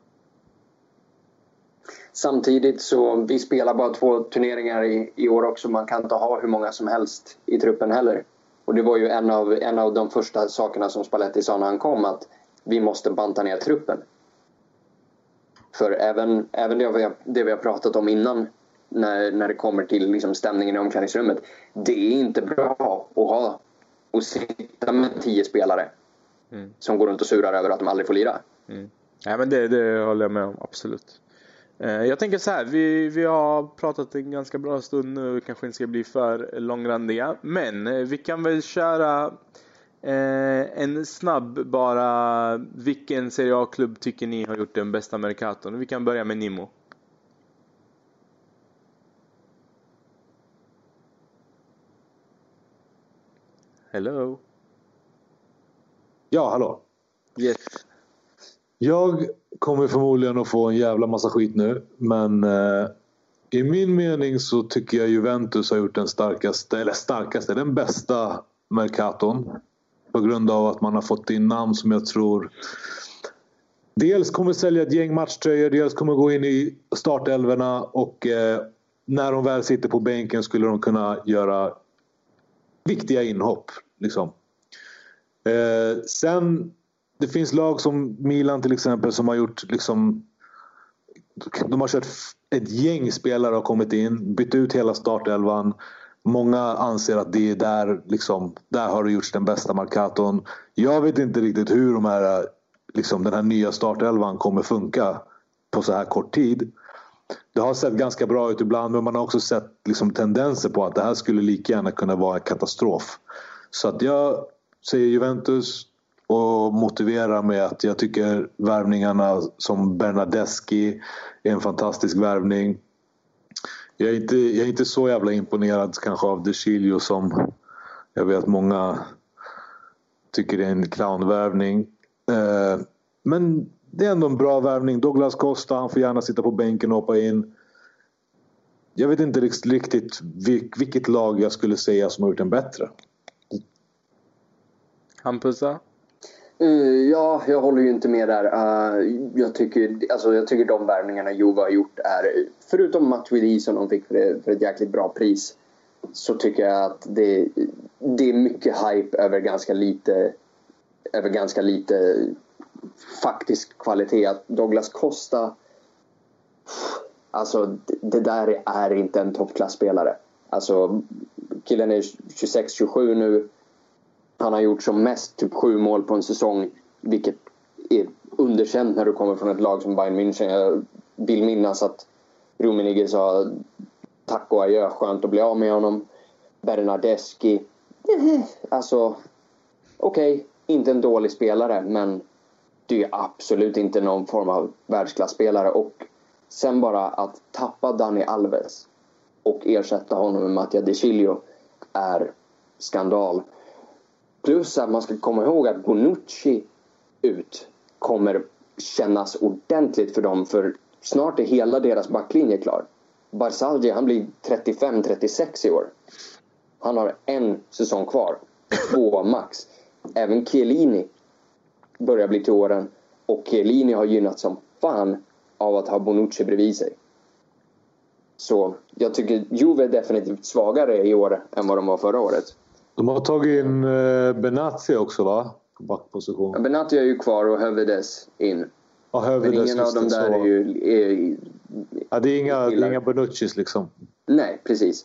Samtidigt så vi spelar bara 2 turneringar i år också. Man kan inte ha hur många som helst i truppen heller. Och det var ju en av de första sakerna som Spalletti sa när han kom, att vi måste banta ner truppen. För även det vi har pratat om innan när det kommer till liksom stämningen i omklädningsrummet. Det är inte bra att sitta med 10 spelare som går runt och surar över att de aldrig får lira. Ja, men det håller jag med om, absolut. Jag tänker så här, vi har pratat en ganska bra stund nu, vi kanske inte ska bli för långrandiga, men vi kan väl köra en snabb bara. Vilken Serie A-klubb tycker ni har gjort den bästa mercaton? Vi kan börja med Nimo. Hello. Ja, hallå. Yes. Jag kommer förmodligen att få en jävla massa skit nu. Men i min mening så tycker jag Juventus har gjort den bästa mercaton. På grund av att man har fått in namn som jag tror dels kommer sälja ett gäng matchtröjor, dels kommer gå in i startelverna. Och när de väl sitter på bänken skulle de kunna göra viktiga inhopp. Liksom. Sen det finns lag som Milan till exempel som har gjort liksom, de har kört ett gäng spelare har kommit in, bytt ut hela startelvan. Många anser att det är där liksom, där har det gjorts den bästa mercaton. Jag vet inte riktigt hur de här liksom, den här nya startelvan kommer funka på så här kort tid. Det har sett ganska bra ut ibland, men man har också sett liksom, tendenser på att det här skulle lika gärna kunna vara en katastrof. Så att jag säger Juventus och motiverar med att jag tycker värvningarna som Bernardeschi är en fantastisk värvning. Jag är inte så jävla imponerad kanske av De Chilio som jag vet många tycker är en clownvärvning. Men det är ändå en bra värvning. Douglas Costa, han får gärna sitta på bänken och hoppa in. Jag vet inte riktigt vilket lag jag skulle säga som har gjort den bättre. Hampusa? Ja, jag håller ju inte med där. Jag tycker de värvningarna Juve har gjort är, förutom Matuidi som de fick för ett jäkligt bra pris, så tycker jag att det är mycket hype över ganska lite faktisk kvalitet. Att Douglas Costa, alltså det där är inte en toppklassspelare. Alltså killen är 26-27 nu. Han har gjort som mest typ 7 mål på en säsong, vilket är underkänt när du kommer från ett lag som Bayern München. Jag vill minnas att Rummenigge sa tack och adjö, skönt att bli av med honom. Bernardeschi, alltså okej, inte en dålig spelare, men det är absolut inte någon form av världsklasspelare. Och sen bara att tappa Dani Alves och ersätta honom med Mattia De Chilio är skandal. Plus att man ska komma ihåg att Bonucci ut kommer kännas ordentligt för dem, för snart är hela deras backlinje klar. Barzagli, han blir 35-36 i år. Han har 1 säsong kvar, 2 max. Även Chiellini börjar bli till åren, och Chiellini har gynnat som fan av att ha Bonucci bredvid sig. Så jag tycker Juve är definitivt svagare i år än vad de var förra året. De har tagit in Benazzi också, va? På backposition. Ja, Benazzi är ju kvar och Hövedes in. Ja, Hövedes. Men ingen av dem där är ju... Ja, det är inga Bonuccis liksom. Nej, precis.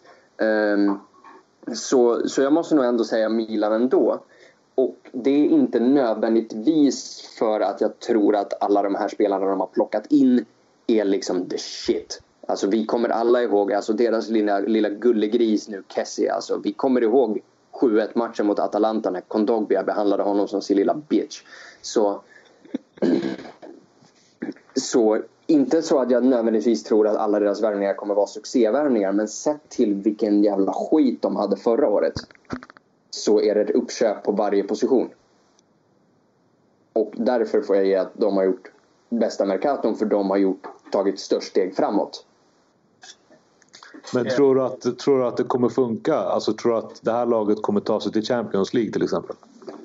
Så jag måste nog ändå säga Milan ändå. Och det är inte nödvändigtvis för att jag tror att alla de här spelarna de har plockat in är liksom the shit. Alltså vi kommer alla ihåg, alltså deras lilla gullegris nu, Kessie, alltså vi kommer ihåg 7-1 matchen mot Atalanta när Kondogbia behandlade honom som sin lilla bitch. Så inte så att jag nödvändigtvis tror att alla deras värvningar kommer vara succévärvningar, men sett till vilken jävla skit de hade förra året så är det ett uppköp på varje position. Och därför får jag ge att de har gjort bästa mercaton, för de har tagit störst steg framåt. Men tror du att det kommer funka? Alltså tror du att det här laget kommer ta sig till Champions League till exempel?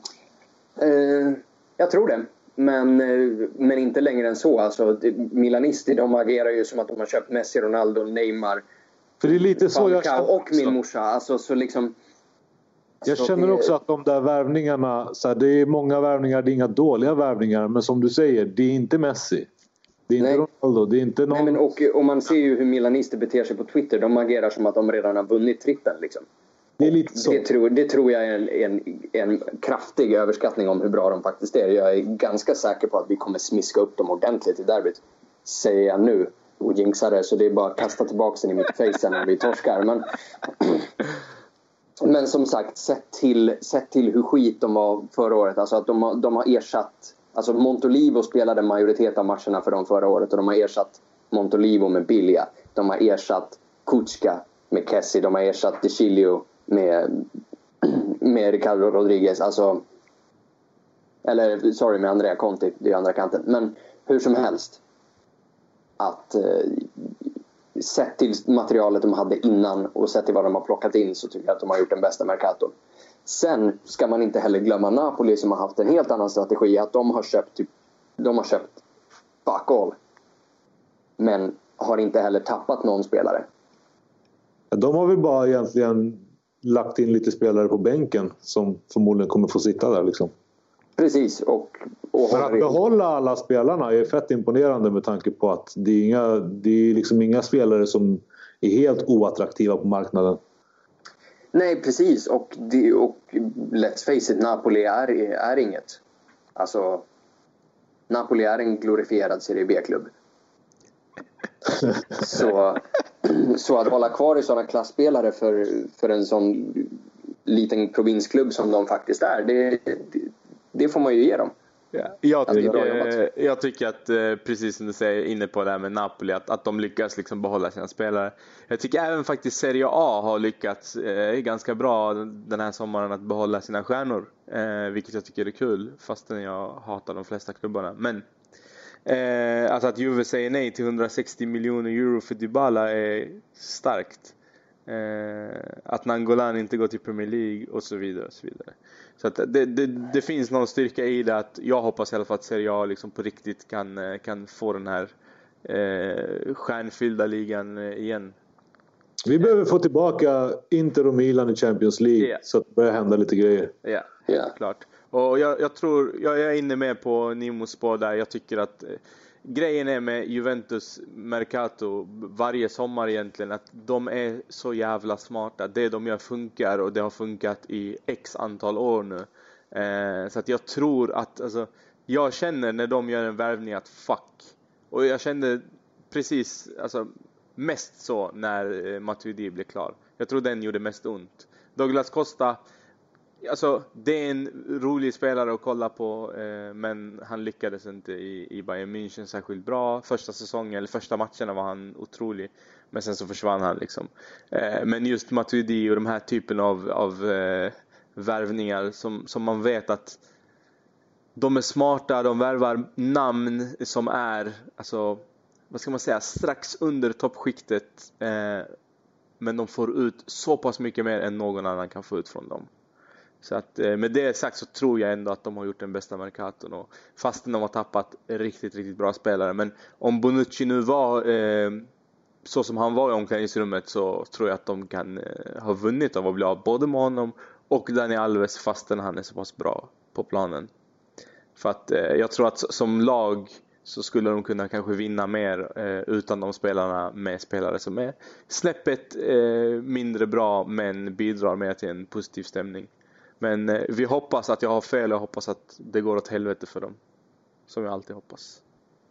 Jag tror det. Men inte längre än så. Alltså, Milanisti, de agerar ju som att de har köpt Messi, Ronaldo, Neymar, för det är lite så jag känner och min morsa. Alltså, så liksom, jag känner också att de där värvningarna, så här, det är många värvningar, det är inga dåliga värvningar, men som du säger, det är inte Messi. Det är inte Nej. Ronaldo, det är inte någon... Nej, men och man ser ju hur milanister beter sig på Twitter. De agerar som att de redan har vunnit trippen liksom. Det är lite så. Det tror jag är en kraftig överskattning om hur bra de faktiskt är. Jag är ganska säker på att vi kommer smiska upp dem ordentligt i derbyt. Säger jag nu. Och jinxar det, så det är bara att kasta tillbaka den i mitt face när vi torskar. Men som sagt, sett till hur skit de var förra året. Alltså att de har ersatt... Alltså Montolivo spelade majoritet av matcherna för dem förra året. Och de har ersatt Montolivo med Bilja. De har ersatt Kuczka med Kessie. De har ersatt De Chilio med Ricardo Rodriguez. Alltså... Eller, sorry, med Andrea Conti. Det är andra kanten. Men hur som helst. Att sett till materialet de hade innan och sett till vad de har plockat in, så tycker jag att de har gjort den bästa Mercato. Sen ska man inte heller glömma Napoli, som har haft en helt annan strategi. Att de har köpt fuck all. Men har inte heller tappat någon spelare. De har väl bara egentligen lagt in lite spelare på bänken som förmodligen kommer få sitta där liksom. Precis. Men att behålla alla spelarna är fett imponerande, med tanke på att det är liksom inga spelare som är helt oattraktiva på marknaden. Nej, precis. Och let's face it, Napoli är inget. Alltså, Napoli är en glorifierad Serie B-klubb. så att hålla kvar i sådana klassspelare för en sån liten provinsklubb som de faktiskt är, det får man ju ge dem. Ja, jag tycker att precis som du säger inne på det här med Napoli, att de lyckas liksom behålla sina spelare. Jag tycker även faktiskt Serie A har lyckats ganska bra den här sommaren att behålla sina stjärnor, vilket jag tycker är kul, fastän jag hatar de flesta klubbarna. Men alltså att Juve säger nej till 160 miljoner euro för Dybala är starkt. Att Nangolan inte går till Premier League och så vidare och så vidare. Så att det finns någon styrka i det, att jag hoppas i alla fall att Serie A liksom på riktigt kan få den här stjärnfyllda ligan igen. Vi behöver få tillbaka Inter och Milan i Champions League, så att det börjar hända lite grejer. Ja, klart. Och jag tror, jag är inne med på Nimos spår där. Jag tycker att grejen är med Juventus Mercato varje sommar egentligen, att de är så jävla smarta. Det de gör funkar, och det har funkat i x antal år nu. Så att jag tror att, alltså, jag känner när de gör en värvning att fuck. Och jag kände precis, alltså, mest så när Matuidi blev klar. Jag tror den gjorde mest ont. Douglas Costa, alltså, det är en rolig spelare att kolla på, men han lyckades inte i Bayern München särskilt bra. Första matcherna var han otrolig, men sen så försvann han liksom. Men just Matuidi och de här typen av värvningar som man vet att de är smarta, de värvar namn som är, alltså, vad ska man säga, strax under toppskiktet, men de får ut så pass mycket mer än någon annan kan få ut från dem. Så att med det sagt så tror jag ändå att de har gjort den bästa Mercaton, och fastän de har tappat riktigt, riktigt bra spelare. Men om Bonucci nu var så som han var i omklädningsrummet, så tror jag att de kan ha vunnit av att bli av både med honom och Dani Alves, fastän han är så pass bra på planen. För att jag tror att som lag så skulle de kunna kanske vinna mer utan de spelarna, med spelare som är snäppet mindre bra men bidrar mer till en positiv stämning. Men vi hoppas att jag har fel, och jag hoppas att det går åt helvete för dem. Som jag alltid hoppas.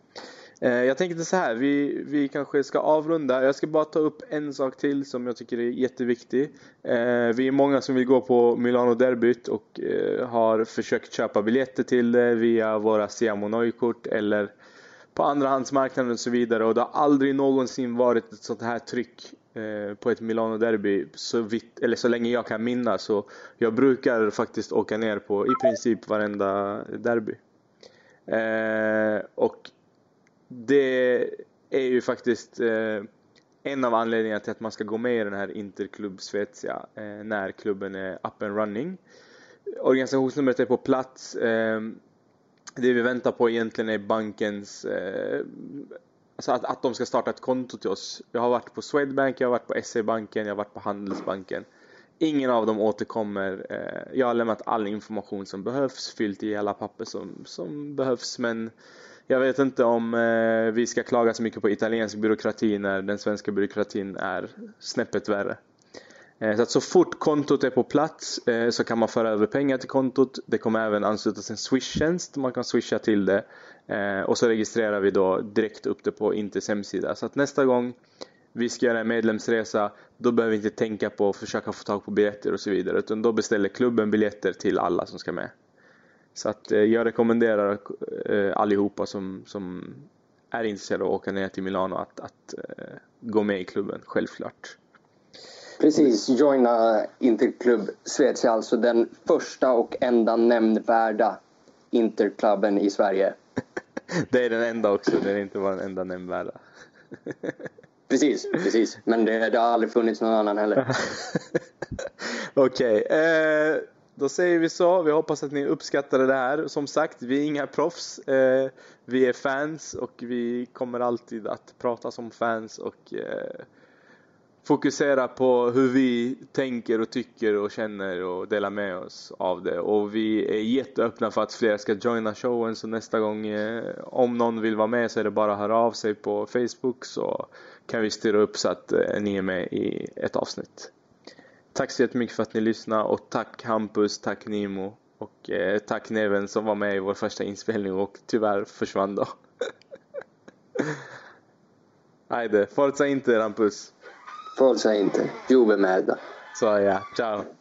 Jag tänkte så här, vi kanske ska avrunda. Jag ska bara ta upp en sak till som jag tycker är jätteviktig. Vi är många som vill gå på Milano-derbyt och har försökt köpa biljetter till det via våra Siamo Noi-kort eller på andrahandsmarknaden och så vidare. Och det har aldrig någonsin varit ett sånt här tryck på ett Milano-derby så länge jag kan minnas. Så jag brukar faktiskt åka ner på i princip varenda derby. Och det är ju faktiskt en av anledningarna till att man ska gå med i den här Interklubb Svezia när klubben är up and running. Organisationsnumret är på plats. Det vi väntar på egentligen är bankens, alltså att de ska starta ett konto till oss. Jag har varit på Swedbank, jag har varit på SE-banken, jag har varit på Handelsbanken. Ingen av dem återkommer. Jag har lämnat all information som behövs, fyllt i alla papper som behövs, men Jag vet inte om vi ska klaga så mycket på italiensk byråkrati när den svenska byråkratin är snäppet värre. Så att så fort kontot är på plats så kan man föra över pengar till kontot. Det kommer även anslutas en Swish-tjänst. Man kan swisha till det. Och så registrerar vi då direkt upp det på Inters hemsida. Så att nästa gång vi ska göra en medlemsresa, då behöver vi inte tänka på att försöka få tag på biljetter och så vidare. Utan då beställer klubben biljetter till alla som ska med. Så att jag rekommenderar allihopa som är intresserade av att åka ner till Milano att gå med i klubben, självklart. Precis, joina Interklubb Svezia, alltså den första och enda nämnvärda interklubben i Sverige. Det är den enda också, det är inte bara den enda nämnvärda. Precis. Men det har aldrig funnits någon annan heller. Okej, då säger vi så. Vi hoppas att ni uppskattade det här. Som sagt, vi är inga proffs. Vi är fans och vi kommer alltid att prata som fans och fokusera på hur vi tänker och tycker och känner och dela med oss av det. Och vi är jätteöppna för att fler ska joina showen. Så nästa gång om någon vill vara med så är det bara att höra av sig på Facebook, så kan vi styra upp så att ni är med i ett avsnitt. Tack så jättemycket för att ni lyssnade, och tack Hampus, tack Nimo och tack Neven som var med i vår första inspelning och tyvärr försvann då. Hejde, forza Inter Hampus. Forza Inter, Juve merda. Så ja, ciao.